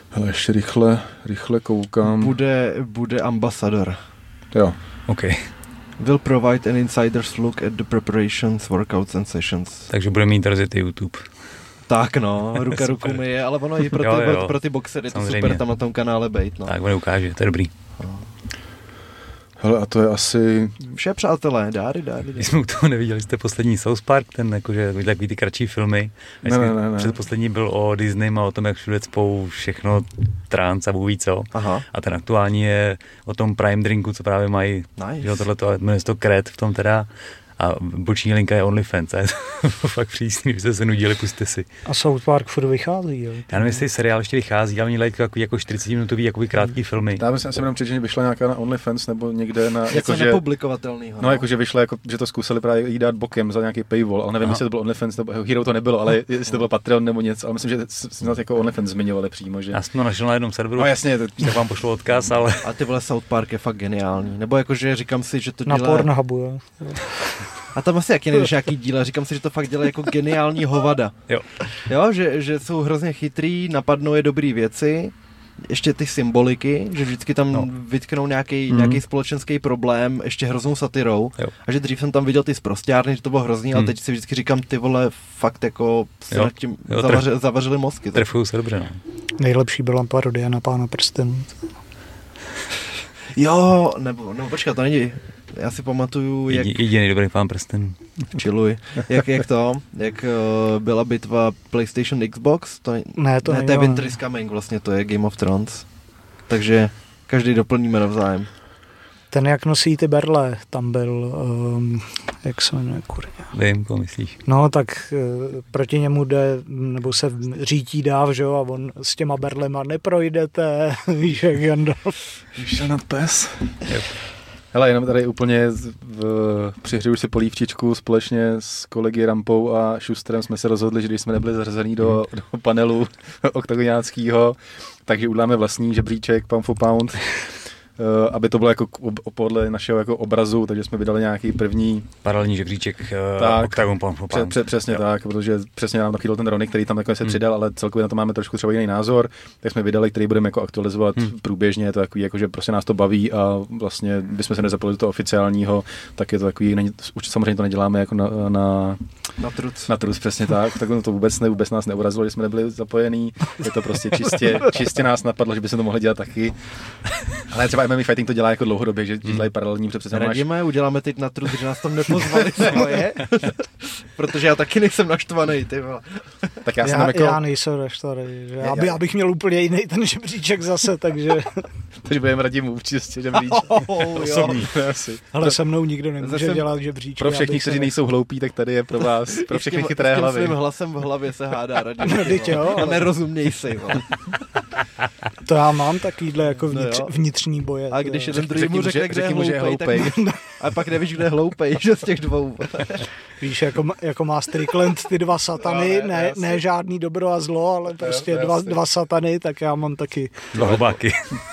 Hele, ještě rychle, rychle koukám. Bude, bude ambasador. Jo. OK. Will provide an insider's look at the preparations, workouts and sessions. Takže bude mít rozjetý YouTube. Tak no, ruka ruku mi je, ale ono i pro ty, jo, jo. pro ty boxery je to Samozřejmě. super tam na tom kanále bejt. No. Tak on ukáže, to je dobrý. Hele, a to je asi... Vše přátelé, dáry, dáry. My jsme u toho neviděli, jste poslední South Park, ten jakože takový ty kratší filmy. Ne, ne, ne, ne. Předposlední byl o Disney a o tom, jak všude spou všechno trans a bůh ví co. Aha. A ten aktuální je o tom Prime drinku, co právě mají. Nice. Jo, tohleto, jmenuje se to Kret v tom teda. A boční linka je OnlyFans. A je to fakt přísný, že jste se nudili, puste si. A South Park furt vychází, jo. Já nevím, jestli seriál ještě vychází, ale oni dělají jako, jako čtyřicetiminutový jakoby krátký filmy. Já jsem jenom četl, že vyšla nějaká na OnlyFans nebo někde na... Něco Jakože, nepublikovatelného. no, jakože vyšla, jako, že to zkusili právě jí dát bokem za nějaký paywall, ale nevím, Aha. jestli to byl OnlyFans nebo Hero to nebylo, ale jestli to byl Patreon nebo něco, ale myslím, že snad jako OnlyFans zmiňovali přímo, že... Já jsem to našel na jednom serveru, No jasně, to... tak vám pošlu odkaz, ale... A ty vole, South Park je fakt geniální. Nebo jakože říkám si, že to Na dělá... Pornhubu, jo. A tam asi jaký nejdeš nějaký díl, říkám si, že to fakt dělá jako geniální hovada. Jo. Jo, že, že jsou hrozně chytrý, napadnou je dobrý věci, ještě ty symboliky, že vždycky tam No. vytknou nějaký, Mhm. nějaký společenský problém, ještě hroznou satirou. Jo. A že dřív jsem tam viděl ty sprosťárny, že to bylo hrozný, ale Hmm. teď si vždycky říkám, ty vole, fakt jako se Jo. nad tím Jo, zavaři, zavařili mozky. Trefují se dobře, no. Nejlepší byla parodie na Pána prstenů. Jo, nebo, no počkat, to není. Já si pamatuju, jak... Jedi, jediný dobrý Pán prstenů. Chilluj. Jak, jak to, jak uh, byla bitva PlayStation Xbox, to, Ne, to ne, není to je ono. Winter is Coming, vlastně to je Game of Thrones. Takže každý doplníme navzájem. Ten, jak nosí ty berle, tam byl, um, jak se jmenuje, kurňa. Vím, co myslíš. No, tak uh, proti němu jde, nebo se řítí dáv, že jo, a on s těma berlema neprojdete, víš, jak Gandalf. Vyšel nad pes. Hele, jenom tady úplně z- v, přihřeju si polívčičku společně s kolegy Rampou a Šustrem jsme se rozhodli, že když jsme nebyli zařazení do, do panelu oktagoniáckého, takže uděláme vlastní žebříček pound for pound, uh, aby to bylo jako ob, podle našeho jako obrazu, takže jsme vydali nějaký první, Paralelní žebříček uh, Tak. Octagon Pound for pře, Pound. pře, přesně Jo. tak, protože přesně nám takový ten Rony, který tam nakonec se Hmm. přidal, ale celkově na to máme trošku třeba jiný názor, tak jsme vydali, který budeme jako aktualizovat Hmm. průběžně, je to takový, jako, že prostě nás to baví a vlastně bychom se nezapojili do toho oficiálního, tak je to takový, není, už samozřejmě to neděláme jako na, na, Na truc. na trus, přesně tak, tak to vůbec, ne, vůbec nás neurazilo, že jsme nebyli zapojení, je to prostě čistě, čistě nás napadlo, že by se to mohli dělat taky, ale třeba M M A Fighting to dělá jako dlouhodobě, že Hmm. dělají paralelní, protože přece máš, Radíme, uděláme teď na truc, že nás tam nepozvali svoje, protože já taky nejsem naštvaný, ty vole. tak já jsem Já, tam jako, já nejsem naštvaný, že já, by, já bych měl úplně jiný ten žebříček zase, takže, takže budeme radit mu čistě, že blíč. Oh, Osobní, asi. ale se mnou nikdo nemůže Zase- dělat žebříček. Pro já všechny, bych se kteří ne- nejsou hloupí, tak tady je pro vás, pro I s všechny tím- chytré s tím hlavy. svým hlasem v hlavě se hádá Radim. No, teď jo, A ale- nerozuměj si, vole. To já mám takovýhle jako No vnitř, jo. vnitřní boje. A to když jo. jeden druhý řekni mu mu, řekne, že- kde je řekni mu, že je hloupej, tak... A pak nevíš, kde je hloupej, že z těch dvou. Víš, jako, jako má Strickland ty dva satany, Jo, ne, ne, jasně. ne žádný dobro a zlo, ale prostě jo, dva, jasně. dva satany, tak já mám taky Dva hobáky.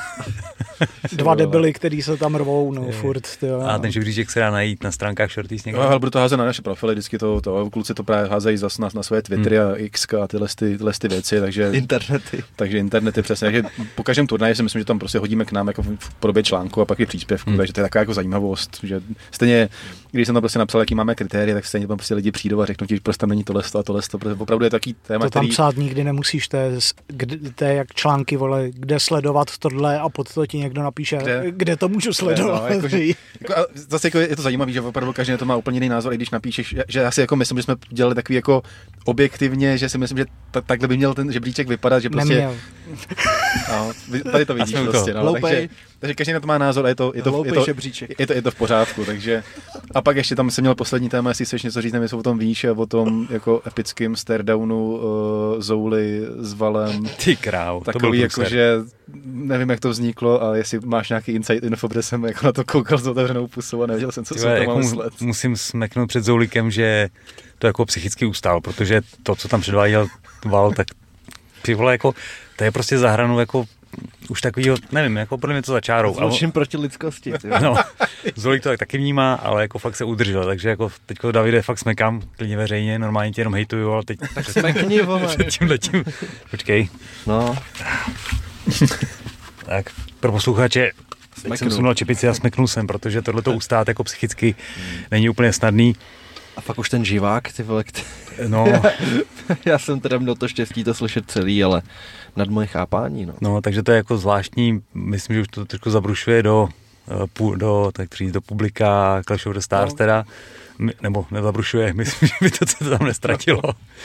dva debily, který se tam rvou, no, furt, ty jo. A ten žebříček se dá najít na stránkách Shorties někde. No, ale budu to házet na naše profily, vždycky to, to kluci to právě házejí zas na, na svoje Twittery hmm. a X a tyhle, ty, tyhle ty věci, takže, Internety. takže internety přesně. Takže po každém turnaji si myslím, že tam prostě hodíme k nám jako v podobě článku a pak i příspěvku, Hmm. takže to je taková jako zajímavost, že stejně, když jsem tam prostě napsal, jaký máme kritéria, tak stejně tam prostě lidi přijdou a řeknou ti, že prostě tam není tohle a tohle, protože opravdu je takový téma, To tam který... psát nikdy nemusíš, to je, z- kde, to je jak články, vole, kde sledovat tohle a pod to ti někdo napíše, Kde? kde, kde to můžu sledovat. No, jakože- Jako, a zase jako je to zajímavé, že opravdu každý na to má úplně jiný názor, i když napíšeš, že, že já si jako myslím, že jsme dělali takový jako objektivně, že si myslím, že ta, takhle by měl ten žebříček vypadat, že prostě, Neměl. no, vy- tady to vidíš jsme u prostě, toho. no, Hloupej. takže, takže každý na to má názor a je to, je to, je Hloupej to, žebříček. je to, je to v pořádku, takže a pak ještě tam jsem měl poslední téma, jestli chceš něco říct, nevím, jestli o tom víš, a o tom jako epickém staredownu uh, Zouli s Valem, Ty král, to byl takový jako, průser. že nevím, jak to vzniklo, ale jestli máš nějaký insight info, protože jsem jako na to koukal s otevřenou pusou a nevěděl jsem, co Ty se vole, to jako mám mu- myslet. musím smeknout před Zoulikem, že to jako psychicky ustál, protože to, co tam předváděl Val, tak ty vole, jako, to je prostě za hranou jako už takovýho, nevím, jako podle mě to za čárou. Zločin proti lidskosti. Ty. No, Zolik to tak taky vnímá, ale jako fakt se udržel, takže jako teďko Davide fakt smekám, klidně veřejně, normálně tě jenom hejtuju, ale teď Tak smekni, vole. před tím letím, počkej, No, Tak pro posluchače, teď jsem sunul čepici a smeknul jsem, protože tohleto ustát jako psychicky není úplně snadný. A fakt už ten živák, ty vole, který... No. Já jsem teda měl to štěstí to slyšet celý, ale nad moje chápání, no. No, takže to je jako zvláštní, myslím, že už to trošku zabrušuje do, do, tak říct, do publika Clash of the Stars no. teda, nebo nezabrušuje, myslím, že by to se tam nestratilo.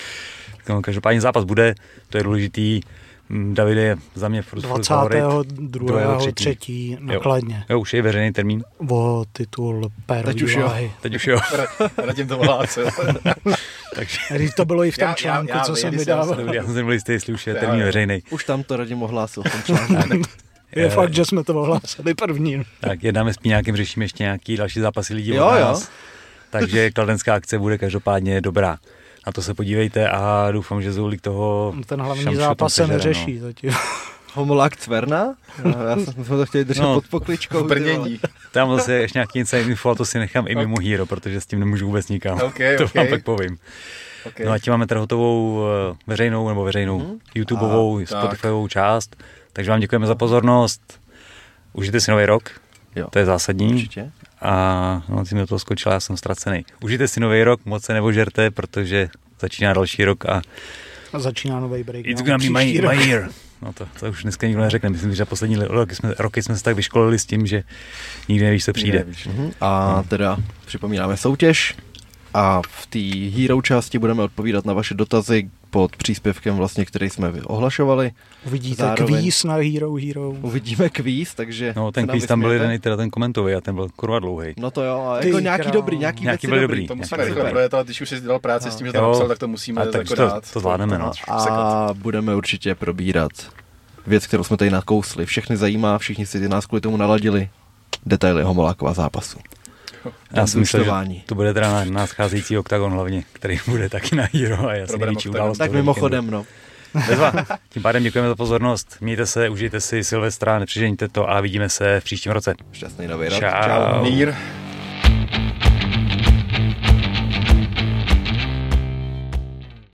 No, každopádně zápas bude, to je důležitý. Davide je za mě furt dvacátého druhého třetí nakladně. Jo, jo, už je veřejný termín. O titul pérový váhy. Teď už jo. Radím to hlásil. Takže... To bylo i v tom já, článku, já, já, co jsem vydával. Jsem, já jsem nebyl jistý, jestli už je termín veřejný. Už tam to Radim ohlásil v tom článku. Je fakt, že jsme to ohlásili první. Tak jednáme s Píňákem, řešíme ještě nějaký další zápasy lidí od nás. Takže kladenská akce bude každopádně dobrá. Na to se podívejte a doufám, že Zoulik toho... Ten hlavní zápas se neřeší no. zatím. Homolák Cverna? Já jsem to chtěl držet no, pod pokličkou. Brnění. Tam zase ještě nějaký inside info a to si nechám i mimo Hero, protože s tím nemůžu vůbec nikam. Okay, to okay. vám pak povím. Okay. No a tím máme teda hotovou veřejnou nebo veřejnou hmm. YouTubeovou, a, Spotifyovou tak. část. Takže vám děkujeme za pozornost. Užijte si nový rok. Jo. To je zásadní. Určitě. A no, tím do toho skočila, já jsem ztracený. Užijte si nový rok, moc se nevožerte, protože začíná další rok a... a začíná nový break. It's gonna be my, my year. No to, to už dneska nikdo neřekne. Myslím, že poslední roky jsme, roky jsme se tak vyškolili s tím, že nikdy nevíš, co přijde. Mhm. A teda připomínáme soutěž a v té Hero části budeme odpovídat na vaše dotazy pod příspěvkem, vlastně, který jsme ohlašovali. Uvidíte zároveň kvíz na Hero Hero. Uvidíme kvíz, takže... No, ten kvíz tam byl jeden, teda ten komentový a ten byl kurva dlouhý. No to jo, ale jako nějaký král. dobrý, nějaký, nějaký byl dobrý. To musíme rychle projet, ale když už jsi dělal práci no. s tím, že to napsal, tak to musíme tak jako to, dát. To zvládneme, no. A budeme určitě probírat věc, kterou jsme tady nakousli. Všechny zajímá, všichni si nás kvůli tomu naladili. Detaily Homolákova zápasu. Já si myslím, že to bude teda na nadcházející oktagon hlavně, který bude taky na Hero a jasně největší událost. Tak mimochodem, no. Bezva. Tím pádem děkujeme za pozornost. Mějte se, užijte si Silvestra, nepřeženíte to a vidíme se v příštím roce. Šťastný nový rok. Čau. Mír.